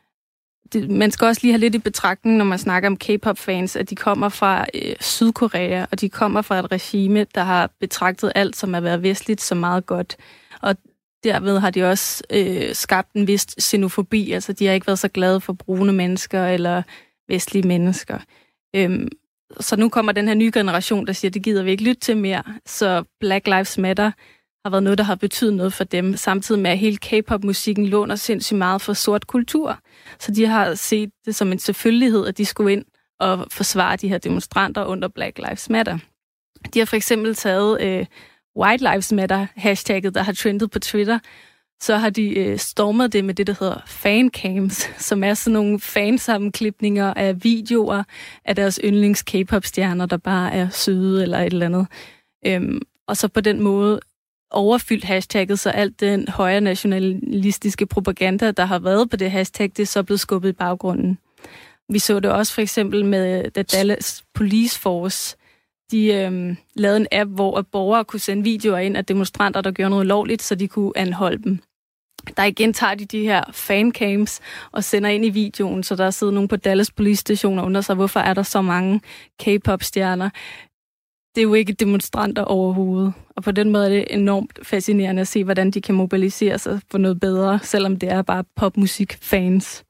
S6: det, man skal også lige have lidt i betragtning, når man snakker om K-pop-fans, at de kommer fra øh, Sydkorea, og de kommer fra et regime, der har betragtet alt, som er været vestligt, som meget godt. Og derved har de også øh, skabt en vis xenofobi, altså de har ikke været så glade for brune mennesker eller vestlige mennesker. Øhm, Så nu kommer den her nye generation, der siger, at det gider vi ikke lytte til mere. Så Black Lives Matter har været noget, der har betydet noget for dem, samtidig med, at hele K-pop-musikken låner sindssygt meget for sort kultur. Så de har set det som en selvfølgelighed, at de skulle ind og forsvare de her demonstranter under Black Lives Matter. De har for eksempel taget øh, White Lives Matter-hashtagget, der har trendet på Twitter, så har de øh, stormet det med det, der hedder fancams, som er sådan nogle fansammenklipninger af videoer af deres yndlings K-pop-stjerner, der bare er søde eller et eller andet. Øhm, og så på den måde overfyldt hashtagget, så alt den højre nationalistiske propaganda, der har været på det hashtag, det er så blevet skubbet i baggrunden. Vi så det også for eksempel med The Dallas Police Force. De øhm, lavede en app, hvor borgere kunne sende videoer ind af demonstranter, der gjorde noget lovligt, så de kunne anholde dem. Der igen tager de de her fancams og sender ind i videoen, så der sidder nogen på Dallas Police Station og undrer sig, hvorfor er der så mange K-pop-stjerner. Det er jo ikke demonstranter overhovedet. Og på den måde er det enormt fascinerende at se, hvordan de kan mobilisere sig for noget bedre, selvom det er bare popmusik-fans.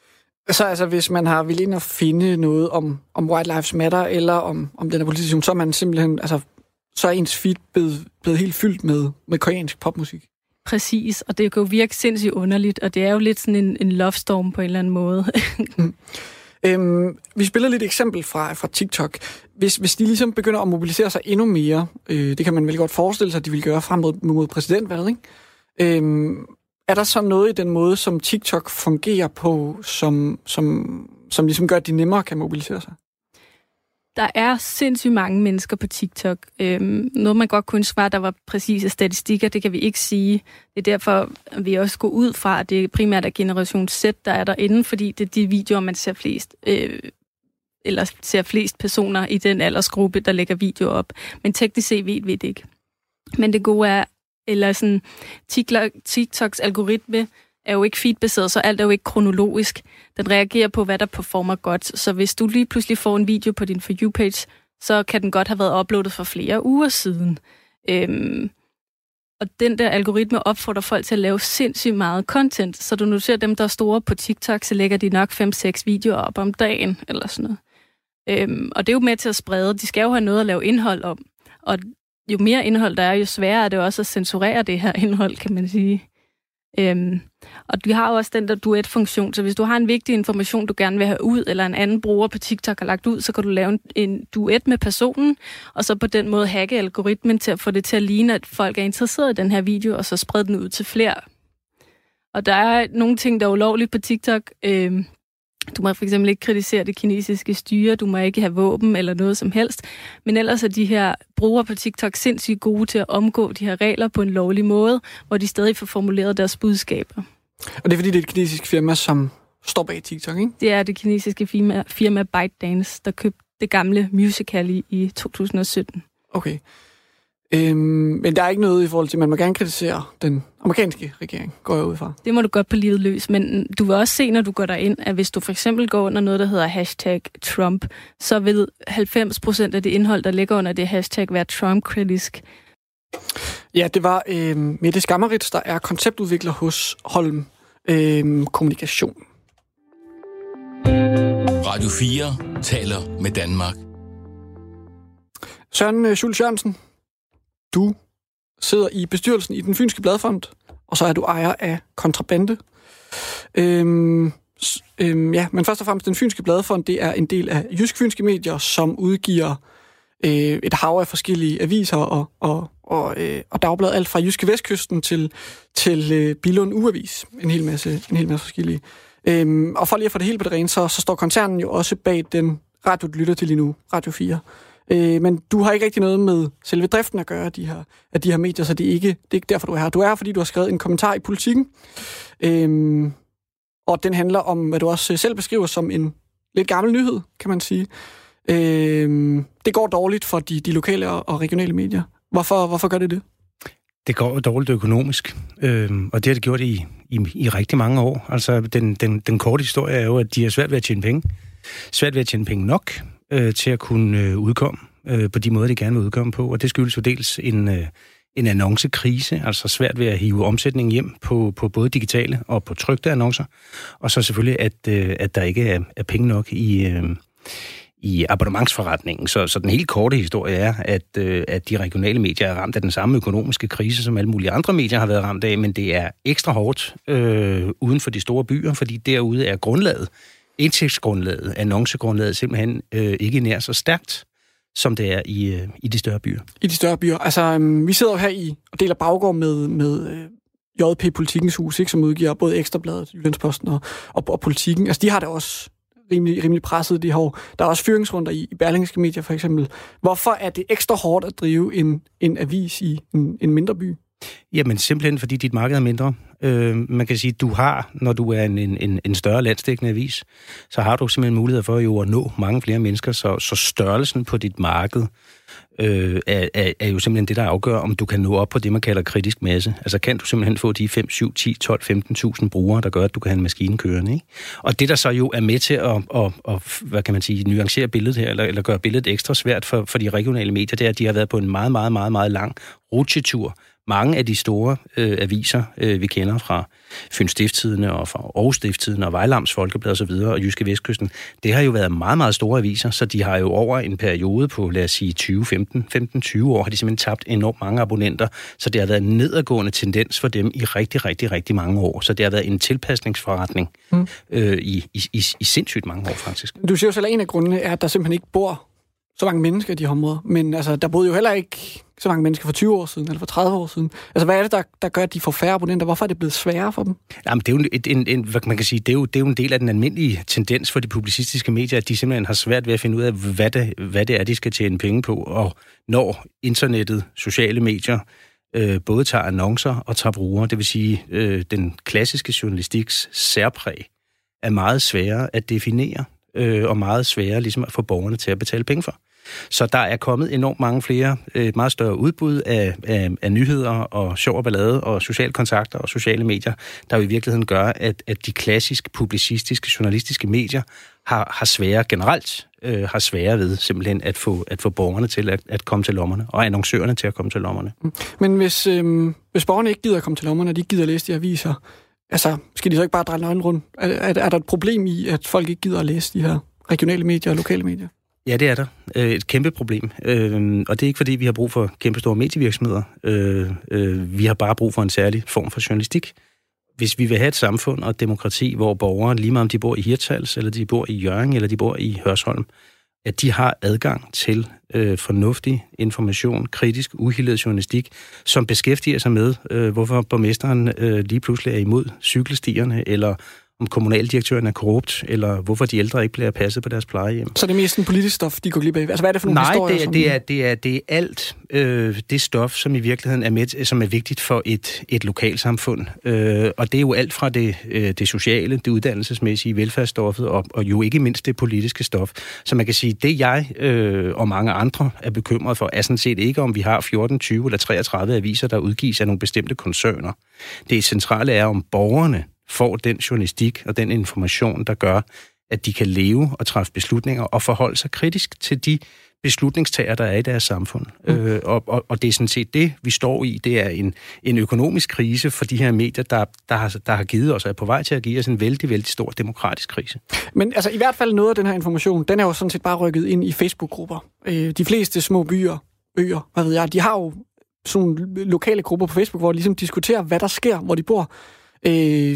S2: Så altså, hvis man har villet ind at finde noget om, om White Lives Matter, eller om, om den her politisation, så er man simpelthen, altså, så er ens feed blevet, blevet helt fyldt med, med koreansk popmusik.
S6: Præcis, og det kan jo virke sindssygt underligt, og det er jo lidt sådan en, en love storm på en eller anden måde.
S2: mm. øhm, vi spiller lidt eksempel fra, fra TikTok. Hvis, hvis de ligesom begynder at mobilisere sig endnu mere, øh, det kan man vel godt forestille sig, at de vil gøre frem mod, mod præsidentvalget, ikke? Øhm, er der så noget i den måde, som TikTok fungerer på, som, som, som ligesom gør, at de nemmere kan mobilisere sig?
S6: Der er sindssygt mange mennesker på TikTok. Øhm, noget, man godt kunne svare, der var præcise statistikker, det kan vi ikke sige. Det er derfor, vi også går ud fra, at det primært er generation Z, der er derinde, fordi det er de videoer, man ser flest, øh, eller ser flest personer i den aldersgruppe, der lægger videoer op. Men teknisk set ved vi det ikke. Men det gode er, eller sådan, TikToks algoritme er jo ikke feedbaseret, så alt er jo ikke kronologisk. Den reagerer på, hvad der performer godt. Så hvis du lige pludselig får en video på din For You-page, så kan den godt have været uploadet for flere uger siden. Øhm, og den der algoritme opfordrer folk til at lave sindssygt meget content. Så du noterer dem, der er store på TikTok, så lægger de nok fem seks videoer op om dagen, eller sådan noget. Øhm, og det er jo med til at sprede. De skal jo have noget at lave indhold om. Og jo mere indhold der er, jo sværere er det også at censurere det her indhold, kan man sige. Øhm, og vi har jo også den der duet-funktion, så hvis du har en vigtig information, du gerne vil have ud, eller en anden bruger på TikTok har lagt ud, så kan du lave en, en duet med personen, og så på den måde hacke algoritmen til at få det til at ligne, at folk er interesseret i den her video, og så sprede den ud til flere. Og der er nogle ting, der er ulovligt på TikTok. Øhm, Du må for eksempel ikke kritisere det kinesiske styre, du må ikke have våben eller noget som helst. Men ellers er de her brugere på TikTok sindssygt gode til at omgå de her regler på en lovlig måde, hvor de stadig får formuleret deres budskaber.
S2: Og det er fordi, det er et kinesisk firma, som står bag TikTok, ikke?
S6: Det er det kinesiske firma, firma ByteDance, der købte det gamle Musical i, i to tusind og sytten.
S2: Okay. Øhm, men der er ikke noget i forhold til, at man må gerne kritisere den amerikanske regering, går jeg ud fra.
S6: Det må du godt på livet løs, men du vil også se, når du går derind, at hvis du for eksempel går under noget, der hedder hashtag Trump, så vil halvfems procent af det indhold, der ligger under det hashtag, være Trump-kritisk.
S2: Ja, det var øh, Mette Skammerits, der er konceptudvikler hos Holm øh, Kommunikation.
S3: Radio fire taler med Danmark.
S2: Søren Schultz Jørgensen, du sidder i bestyrelsen i Den Fynske Bladfond, og så er du ejer af Kontrabande. Øhm, øhm, ja, men først og fremmest, Den Fynske Bladfond, det er en del af Jysk Fynske Medier, som udgiver øh, et hav af forskellige aviser og, og, og, øh, og dagblad, alt fra Jyske Vestkysten til, til øh, Billund Ugeavis. En hel masse, en hel masse forskellige. Øhm, og for lige at få det hele på det rene, så, så står koncernen jo også bag den radio, du lytter til lige nu, Radio fire. Øh, men du har ikke rigtig noget med selve driften at gøre af de her, af de her medier, så det er, ikke, det er ikke derfor, du er her. Du er her, fordi du har skrevet en kommentar i Politikken, øhm, og den handler om, hvad du også selv beskriver som en lidt gammel nyhed, kan man sige. Øhm, det går dårligt for de, de lokale og, og regionale medier. Hvorfor, hvorfor gør det det?
S8: Det går dårligt økonomisk, øhm, og det har det gjort i, i, i rigtig mange år. Altså, den, den, den korte historie er jo, at de har svært ved at tjene penge. Svært ved at tjene penge nok øh, til at kunne øh, udkomme øh, på de måder, de gerne vil udkomme på. Og det skyldes jo dels en, øh, en annoncekrise, altså svært ved at hive omsætningen hjem på, på både digitale og på trykte annoncer. Og så selvfølgelig, at, øh, at der ikke er, er penge nok i... Øh, i abonnementsforretningen. Så, så den helt korte historie er, at, øh, at de regionale medier er ramt af den samme økonomiske krise, som alle mulige andre medier har været ramt af, men det er ekstra hårdt øh, uden for de store byer, fordi derude er grundlaget, indtægtsgrundlaget, annoncegrundlaget simpelthen øh, ikke nær så stærkt, som det er i, øh, i de større byer.
S2: I de større byer. Altså, øhm, vi sidder jo her i og deler baggård med, med øh, J P Politikens Hus, ikke, som udgiver både Ekstrabladet, Jyllandsposten og, og, og Politikken. Altså, de har da også rimelig, rimelig presset de her. Der er også fyringsrunder i, i Berlingske Medier, for eksempel. Hvorfor er det ekstra hårdt at drive en, en avis i en, en mindre by?
S8: Jamen simpelthen, fordi dit marked er mindre. Øh, man kan sige, du har, når du er en, en, en større landsdækkende avis, så har du simpelthen mulighed for jo at nå mange flere mennesker, så, så størrelsen på dit marked øh, er, er, er jo simpelthen det, der afgør, om du kan nå op på det, man kalder kritisk masse. Altså kan du simpelthen få de fem, syv, ti, tolv, femten tusind brugere, der gør, at du kan have en maskine kørende, ikke? Og det, der så jo er med til at, at, at hvad kan man sige, nuancere billedet her, eller, eller gøre billedet ekstra svært for, for de regionale medier, det er, at de har været på en meget, meget, meget, meget lang rutsjetur. Mange af de store øh, aviser, øh, vi kender fra Fyns Stiftstidende og fra Aarhus Stiftstidende og Vejlams Folkeblad og så videre, og Jyske Vestkysten, det har jo været meget, meget store aviser, så de har jo over en periode på, lad os sige, tyve, femten, femten, tyve år, har de simpelthen tabt enormt mange abonnenter, så det har været en nedadgående tendens for dem i rigtig, rigtig, rigtig mange år. Så det har været en tilpasningsforretning mm. øh, i, i, i, i sindssygt mange år, faktisk.
S2: Du siger jo selv, at en af grundene er, at der simpelthen ikke bor så mange mennesker i de områder, men altså, der boede jo heller ikke så mange mennesker for tyve år siden, eller for tredive år siden. Altså, hvad er det, der, der gør, at de får færre abonnenter? Hvorfor er det blevet sværere for dem?
S8: Jamen, det er jo en, en, en, hvad man kan sige, det er, jo, det er jo en del af den almindelige tendens for de publicistiske medier, at de simpelthen har svært ved at finde ud af, hvad det, hvad det er, de skal tjene penge på. Og når internettet, sociale medier, øh, både tager annoncer og tager brugere, det vil sige, øh, den klassiske journalistiks særpræg er meget sværere at definere, øh, og meget sværere ligesom at få borgerne til at betale penge for. Så der er kommet enormt mange flere, et meget større udbud af, af, af nyheder og sjov og ballade og sociale kontakter og sociale medier, der jo i virkeligheden gør, at, at de klassisk publicistiske, journalistiske medier har, har svære generelt, øh, har svære ved simpelthen at få, at få borgerne til at, at komme til lommerne, og annoncørerne til at komme til lommerne.
S2: Men hvis, øh, hvis borgerne ikke gider at komme til lommerne, og de ikke gider at læse de aviser, altså, skal de så ikke bare dreje nøglen rundt? Er, er, er der et problem i, at folk ikke gider at læse de her regionale medier og lokale medier?
S8: Ja, det er der. Et kæmpe problem. Og det er ikke, fordi vi har brug for kæmpe store medievirksomheder. Vi har bare brug for en særlig form for journalistik. Hvis vi vil have et samfund og et demokrati, hvor borgere, lige meget om de bor i Hirtshals, eller de bor i Hjørring, eller de bor i Hørsholm, at de har adgang til øh, fornuftig information, kritisk, uhildet journalistik, som beskæftiger sig med, øh, hvorfor borgmesteren øh, lige pludselig er imod cykelstierne, eller om kommunaldirektøren er korrupt, eller hvorfor de ældre ikke bliver passet på deres plejehjem.
S2: Så det er mest en politisk stof, de går glip af? Altså, hvad er det for nogle
S8: Nej,
S2: historier?
S8: Nej,
S2: som...
S8: det, er, det, er, det er alt øh, det stof, som i virkeligheden er med, som er vigtigt for et, et lokalsamfund. Øh, og det er jo alt fra det, øh, det sociale, det uddannelsesmæssige, velfærdsstoffet, og, og jo ikke mindst det politiske stof. Så man kan sige, det jeg øh, og mange andre er bekymret for, er sådan set ikke, om vi har fjorten, tyve eller treogtredive aviser, der udgives af nogle bestemte koncerner. Det centrale er, om borgerne får den journalistik og den information, der gør, at de kan leve og træffe beslutninger og forholde sig kritisk til de beslutningstager, der er i deres samfund. Mm. Øh, og, og, og det er sådan set det, vi står i. Det er en, en økonomisk krise for de her medier, der, der, har, der har givet os, og er på vej til at give os en vældig, vældig stor demokratisk krise.
S2: Men altså i hvert fald noget af den her information, den er jo sådan set bare rykket ind i Facebook-grupper. Øh, de fleste små byer, øer, hvad ved jeg, de har jo sådan nogle lokale grupper på Facebook, hvor de ligesom diskuterer, hvad der sker, hvor de bor. Øh,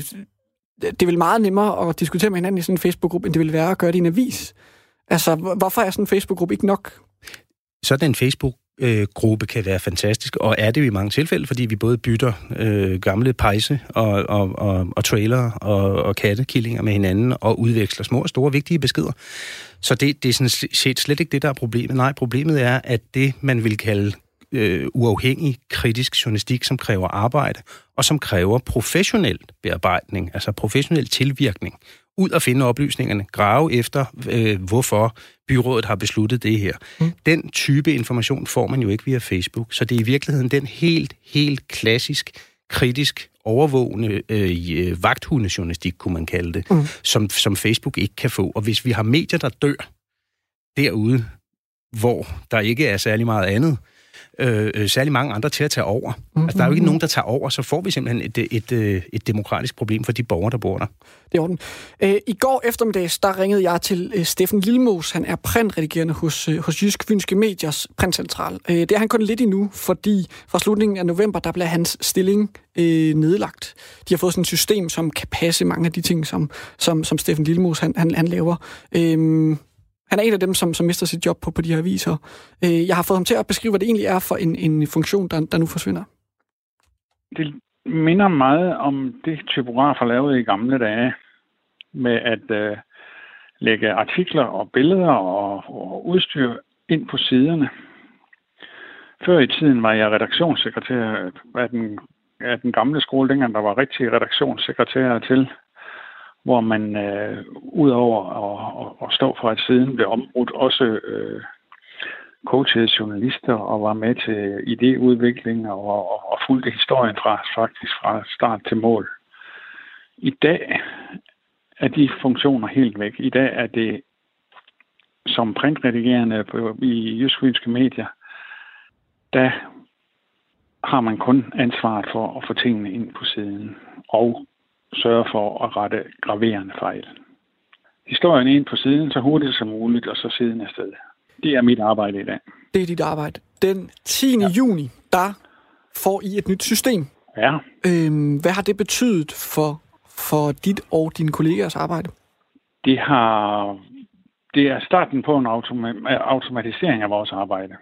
S2: det er vel meget nemmere at diskutere med hinanden i sådan en Facebook-gruppe, end det vil være at gøre det i en avis. Altså, hvorfor er sådan en Facebook-gruppe ikke nok?
S8: Sådan en Facebook-gruppe kan være fantastisk, og er det jo i mange tilfælde, fordi vi både bytter øh, gamle pejse og, og, og, og trailer og, og kattekillinger med hinanden og udveksler små og store vigtige beskeder. Så det, det er sådan set slet ikke det, der er problemet. Nej, problemet er, at det, man vil kalde øh, uafhængig, kritisk journalistik, som kræver arbejde, og som kræver professionel bearbejdning, altså professionel tilvirkning, ud og finde oplysningerne, grave efter, øh, hvorfor byrådet har besluttet det her. Mm. Den type information får man jo ikke via Facebook, så det er i virkeligheden den helt, helt klassisk, kritisk, overvågende øh, vagthundejournalistik, kunne man kalde det, mm. som, som Facebook ikke kan få. Og hvis vi har medier, der dør derude, hvor der ikke er særlig meget andet, Øh, særlig mange andre til at tage over. Mm-hmm. Altså, der er jo ikke nogen, der tager over, så får vi simpelthen et, et, et, et demokratisk problem for de borgere, der bor der.
S2: Det er orden. Øh, I går eftermiddags, der ringede jeg til øh, Steffen Lilmos. Han er printredigerende hos, øh, hos Jysk Fynske Mediers printcentral. Øh, det er han kun lidt endnu, fordi fra slutningen af november, der bliver hans stilling øh, nedlagt. De har fået sådan et system, som kan passe mange af de ting, som, som, som Steffen Lilmos han, han, han laver. Øh, Han er en af dem, som, som mister sit job på, på de her aviser. Øh, jeg har fået ham til at beskrive, hvad det egentlig er for en, en funktion, der, der nu forsvinder.
S9: Det minder meget om det, typografer lavede i gamle dage, med at øh, lægge artikler og billeder og, og udstyr ind på siderne. Før i tiden var jeg redaktionssekretær af den, af den gamle skole, dengang der var rigtig redaktionssekretærer til, hvor man øh, udover at, at stå for, at siden blev ombrudt, også øh, coachede journalister og var med til idéudvikling og, og, og fulgte historien fra faktisk fra start til mål. I dag er de funktioner helt væk. I dag er det som printredigerende på, i Jysk Fynske Medier, der har man kun ansvaret for at få tingene ind på siden og sørge for at rette graverende fejl. Historien ind på siden så hurtigt som muligt, og så siden afsted. Det er mit arbejde i dag.
S2: Det er dit arbejde. Den tiende Ja. juni, der får I et nyt system.
S9: Ja.
S2: Øhm, hvad har det betydet for, for dit og dine kollegers arbejde?
S9: Det har, det er starten på en automa- automatisering af vores arbejde.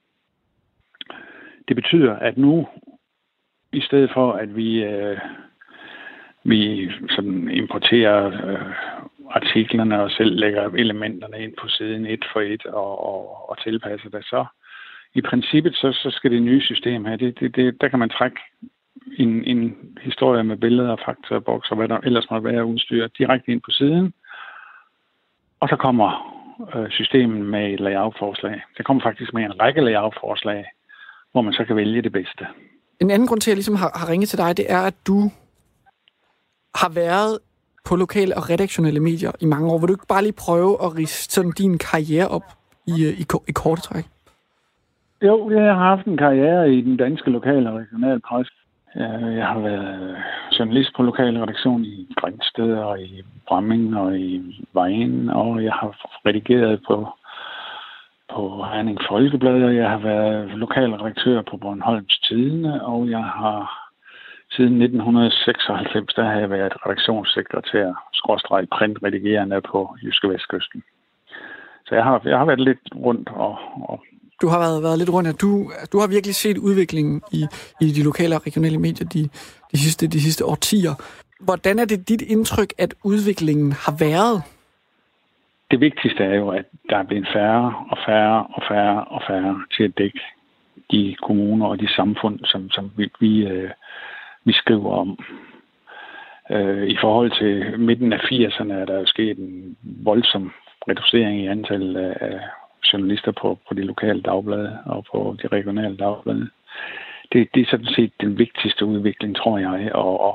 S9: Det betyder, at nu, i stedet for at vi... Øh, Vi sådan importerer øh, artiklerne og selv lægger elementerne ind på siden et for et og, og, og tilpasser det. Så i princippet så, så skal det nye system her, det, det, det, der kan man trække en, en historie med billeder, fakta, boks og hvad der ellers måtte være udstyr direkte ind på siden. Og så kommer øh, systemet med et layout-forslag. Det kommer faktisk med en række layout-forslag, hvor man så kan vælge det bedste.
S2: En anden grund til, at jeg ligesom har, har ringet til dig, det er, at du har været på lokale og redaktionelle medier i mange år. Vil du ikke bare lige prøve at riste sådan din karriere op i, i, i korte træk?
S9: Jo, jeg har haft en karriere i den danske lokale og regionale presse. Jeg har været journalist på lokale redaktion i Grænsted og i Bramming og i Vejen, og jeg har redigeret på, på Herning Folkeblad, og jeg har været lokalredaktør på Bornholms Tidende, og jeg har siden nitten seksoghalvfems, der har jeg været redaktionssekretær, skråstreg printredigerende på Jyske Vestkysten. Så jeg har, jeg har været lidt rundt. Og, og
S2: du har været, været lidt rundt, og du, du har virkelig set udviklingen i, i de lokale og regionale medier de, de, sidste, de sidste årtier. Hvordan er det dit indtryk, at udviklingen har været?
S9: Det vigtigste er jo, at der er blevet færre og færre og færre og færre til at dække de kommuner og de samfund, som, som vi, vi, øh, vi skriver om. Øh, I forhold til midten af firserne er der jo sket en voldsom reducering i antallet af journalister på, på de lokale dagblade og på de regionale dagblade. Det, det er sådan set den vigtigste udvikling, tror jeg. Og, og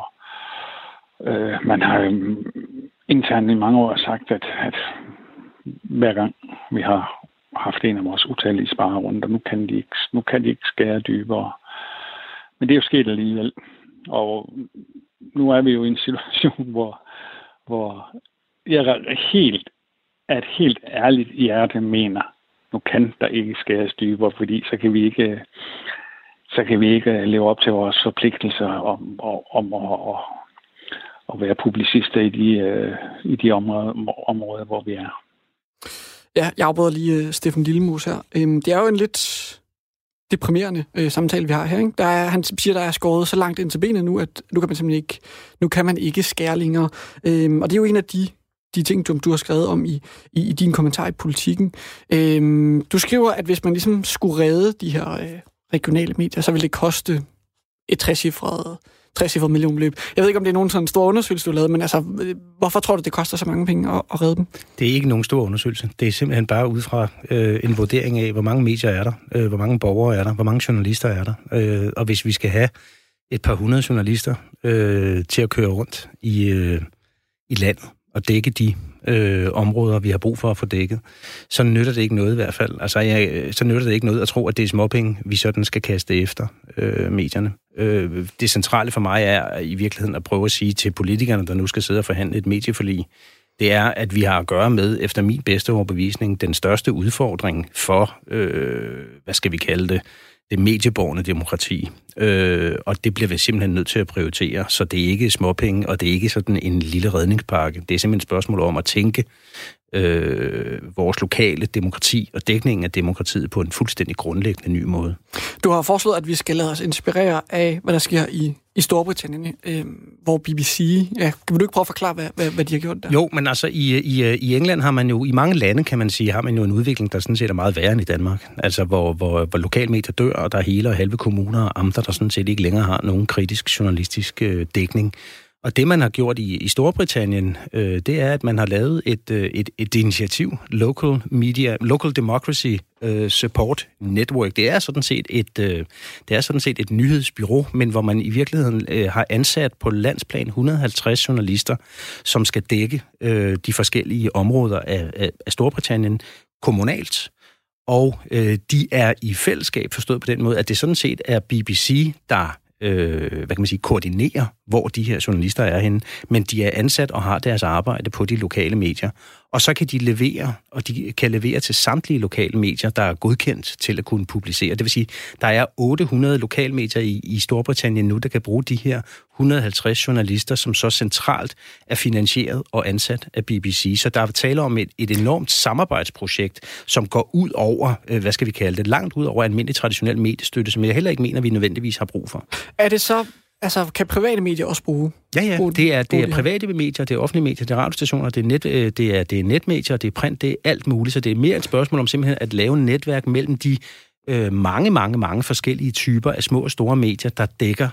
S9: øh, man har jo internt i mange år sagt, at, at hver gang vi har haft en af vores utallige sparerunder, nu kan de ikke, nu kan de ikke skære dybere. Men det er jo sket alligevel. Og nu er vi jo i en situation, hvor, hvor jeg helt, at helt ærligt hjerte mener, nu kan der ikke skæres dybere, fordi så kan vi ikke, så kan vi ikke leve op til vores forpligtelser om, om, om at, at være publicister i de, i de områder, områder, hvor vi er.
S2: Ja, jeg afbryder lige uh, Steffen Lillemus her. Um, det er jo en lidt deprimerende uh, samtale, vi har her. Ikke? Der er, han siger, der er skåret så langt ind til benet nu, at nu kan man simpelthen ikke, nu kan man ikke skære længere. Um, og det er jo en af de, de ting, du, du har skrevet om i, i, i din kommentar i Politikken. Um, du skriver, at hvis man ligesom skulle redde de her uh, regionale medier, så ville det koste et trecifret trecifret millionbeløb. Jeg ved ikke, om det er nogen sådan stor undersøgelse, du har lavet, men altså, hvorfor tror du, det koster så mange penge at, at redde dem?
S8: Det er ikke nogen stor undersøgelse. Det er simpelthen bare ud fra øh, en vurdering af, hvor mange medier er der, øh, hvor mange borgere er der, hvor mange journalister er der. Øh, og hvis vi skal have et par hundrede journalister øh, til at køre rundt i, øh, i landet og dække de øh, områder, vi har brug for at få dækket, så nytter det ikke noget i hvert fald. Altså, jeg, så nytter det ikke noget at tro, at det er småpenge, vi sådan skal kaste efter øh, medierne. Øh, det centrale for mig er i virkeligheden at prøve at sige til politikerne, der nu skal sidde og forhandle et medieforlig, det er, at vi har at gøre med, efter min bedste overbevisning, den største udfordring for, øh, hvad skal vi kalde det, det medieborgende demokrati. Øh, og det bliver vi simpelthen nødt til at prioritere, så det er ikke småpenge, og det er ikke sådan en lille redningspakke. Det er simpelthen et spørgsmål om at tænke øh, vores lokale demokrati og dækningen af demokratiet på en fuldstændig grundlæggende ny måde.
S2: Du har foreslået, at vi skal lade os inspirere af, hvad der sker i, i Storbritannien, øh, hvor B B C... Ja, kan du ikke prøve at forklare, hvad, hvad, hvad de har gjort der?
S8: Jo, men altså i, i, i England har man jo, i mange lande kan man sige, har man jo en udvikling, der sådan set er meget værre end i Danmark. Altså hvor, hvor, hvor lokalmedier dør, og der er hele og halve kommuner og amter, der sådan set ikke længere har nogen kritisk journalistisk øh, dækning. Og det, man har gjort i, i Storbritannien, øh, det er, at man har lavet et, øh, et, et initiativ, Local Media, Local Democracy øh, Support Network. Det er sådan set et, øh, det er sådan set et nyhedsbureau, men hvor man i virkeligheden øh, har ansat på landsplan et hundrede og halvtreds journalister, som skal dække øh, de forskellige områder af, af, af Storbritannien kommunalt. Og øh, de er i fællesskab forstået på den måde, at det sådan set er B B C, der Øh, hvad kan man sige, koordinerer, hvor de her journalister er henne, men de er ansat og har deres arbejde på de lokale medier. Og så kan de levere, og de kan levere til samtlige lokale medier, der er godkendt til at kunne publicere. Det vil sige, der er otte hundrede lokalmedier i, i Storbritannien nu, der kan bruge de her et hundrede og halvtreds journalister, som så centralt er finansieret og ansat af B B C. Så der er tale om et, et enormt samarbejdsprojekt, som går ud over, øh, hvad skal vi kalde det, langt ud over almindelig traditionel mediestøtte, som jeg heller ikke mener, vi nødvendigvis har brug for.
S2: Er det så, altså kan private medier også bruge?
S8: Ja, ja, det er, det er private medier, det er offentlige medier, det er radiostationer, det er, net, det, er, det er netmedier, det er print, det er alt muligt, så det er mere et spørgsmål om simpelthen at lave et netværk mellem de øh, mange, mange, mange forskellige typer af små og store medier, der dækker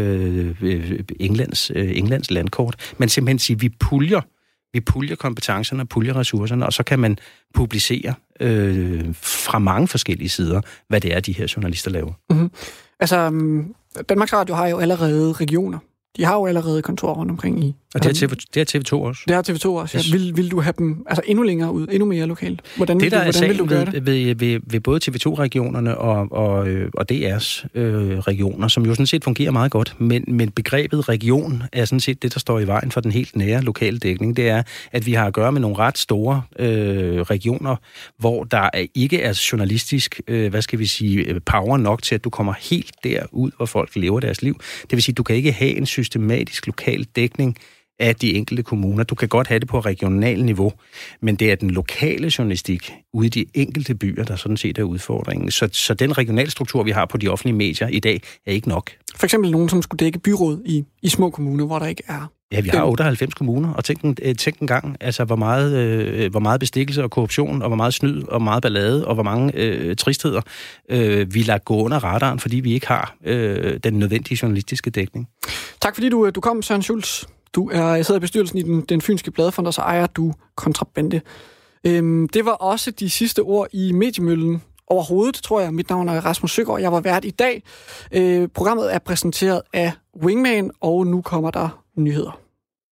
S8: øh, Englands, øh, Englands landkort. Men simpelthen sige, vi puljer, vi puljer kompetencerne og puljer ressourcerne, og så kan man publicere øh, fra mange forskellige sider, hvad det er, de her journalister laver.
S2: Mm-hmm. Altså, Danmarks Radio har jo allerede regioner. De har jo allerede kontorer rundt omkring i...
S8: Og det er, TV, det er T V to også.
S2: Det er T V to også, yes. Ja. Vil, vil du have dem altså endnu længere ud, endnu mere lokalt? Hvordan,
S8: det,
S2: vil, du, hvordan vil du gøre
S8: ved,
S2: det?
S8: Ved, ved, ved både T V to-regionerne og, og, og D R's øh, regioner, som jo sådan set fungerer meget godt, men, men begrebet region er sådan set det, der står i vejen for den helt nære lokale dækning. Det er, at vi har at gøre med nogle ret store øh, regioner, hvor der ikke er journalistisk, øh, hvad skal vi sige, power nok til, at du kommer helt derud, hvor folk lever deres liv. Det vil sige, at du kan ikke have en systematisk lokal dækning af de enkelte kommuner. Du kan godt have det på regional niveau, men det er den lokale journalistik ude i de enkelte byer, der sådan set er udfordringen. Så, så den regionalstruktur, vi har på de offentlige medier i dag, er ikke nok.
S2: For eksempel nogen, som skulle dække byråd i, i små kommuner, hvor der ikke er
S8: Ja, vi har otteoghalvfems kommuner, og tænk en, tænk en gang, altså hvor meget, øh, hvor meget bestikkelse og korruption, og hvor meget snyd, og hvor meget ballade, og hvor mange øh, tristheder øh, vi lader gå under radaren, fordi vi ikke har øh, den nødvendige journalistiske dækning.
S2: Tak fordi du, du kom, Søren Schultz. Du er, sidder i bestyrelsen i den, den fynske bladefond, og så ejer du Kontrabande. Øhm, det var også de sidste ord i Mediemøllen overhovedet, tror jeg. Mit navn er Rasmus Søgaard. Jeg var vært i dag. Øh, programmet er præsenteret af Wingman, og nu kommer der nyheder.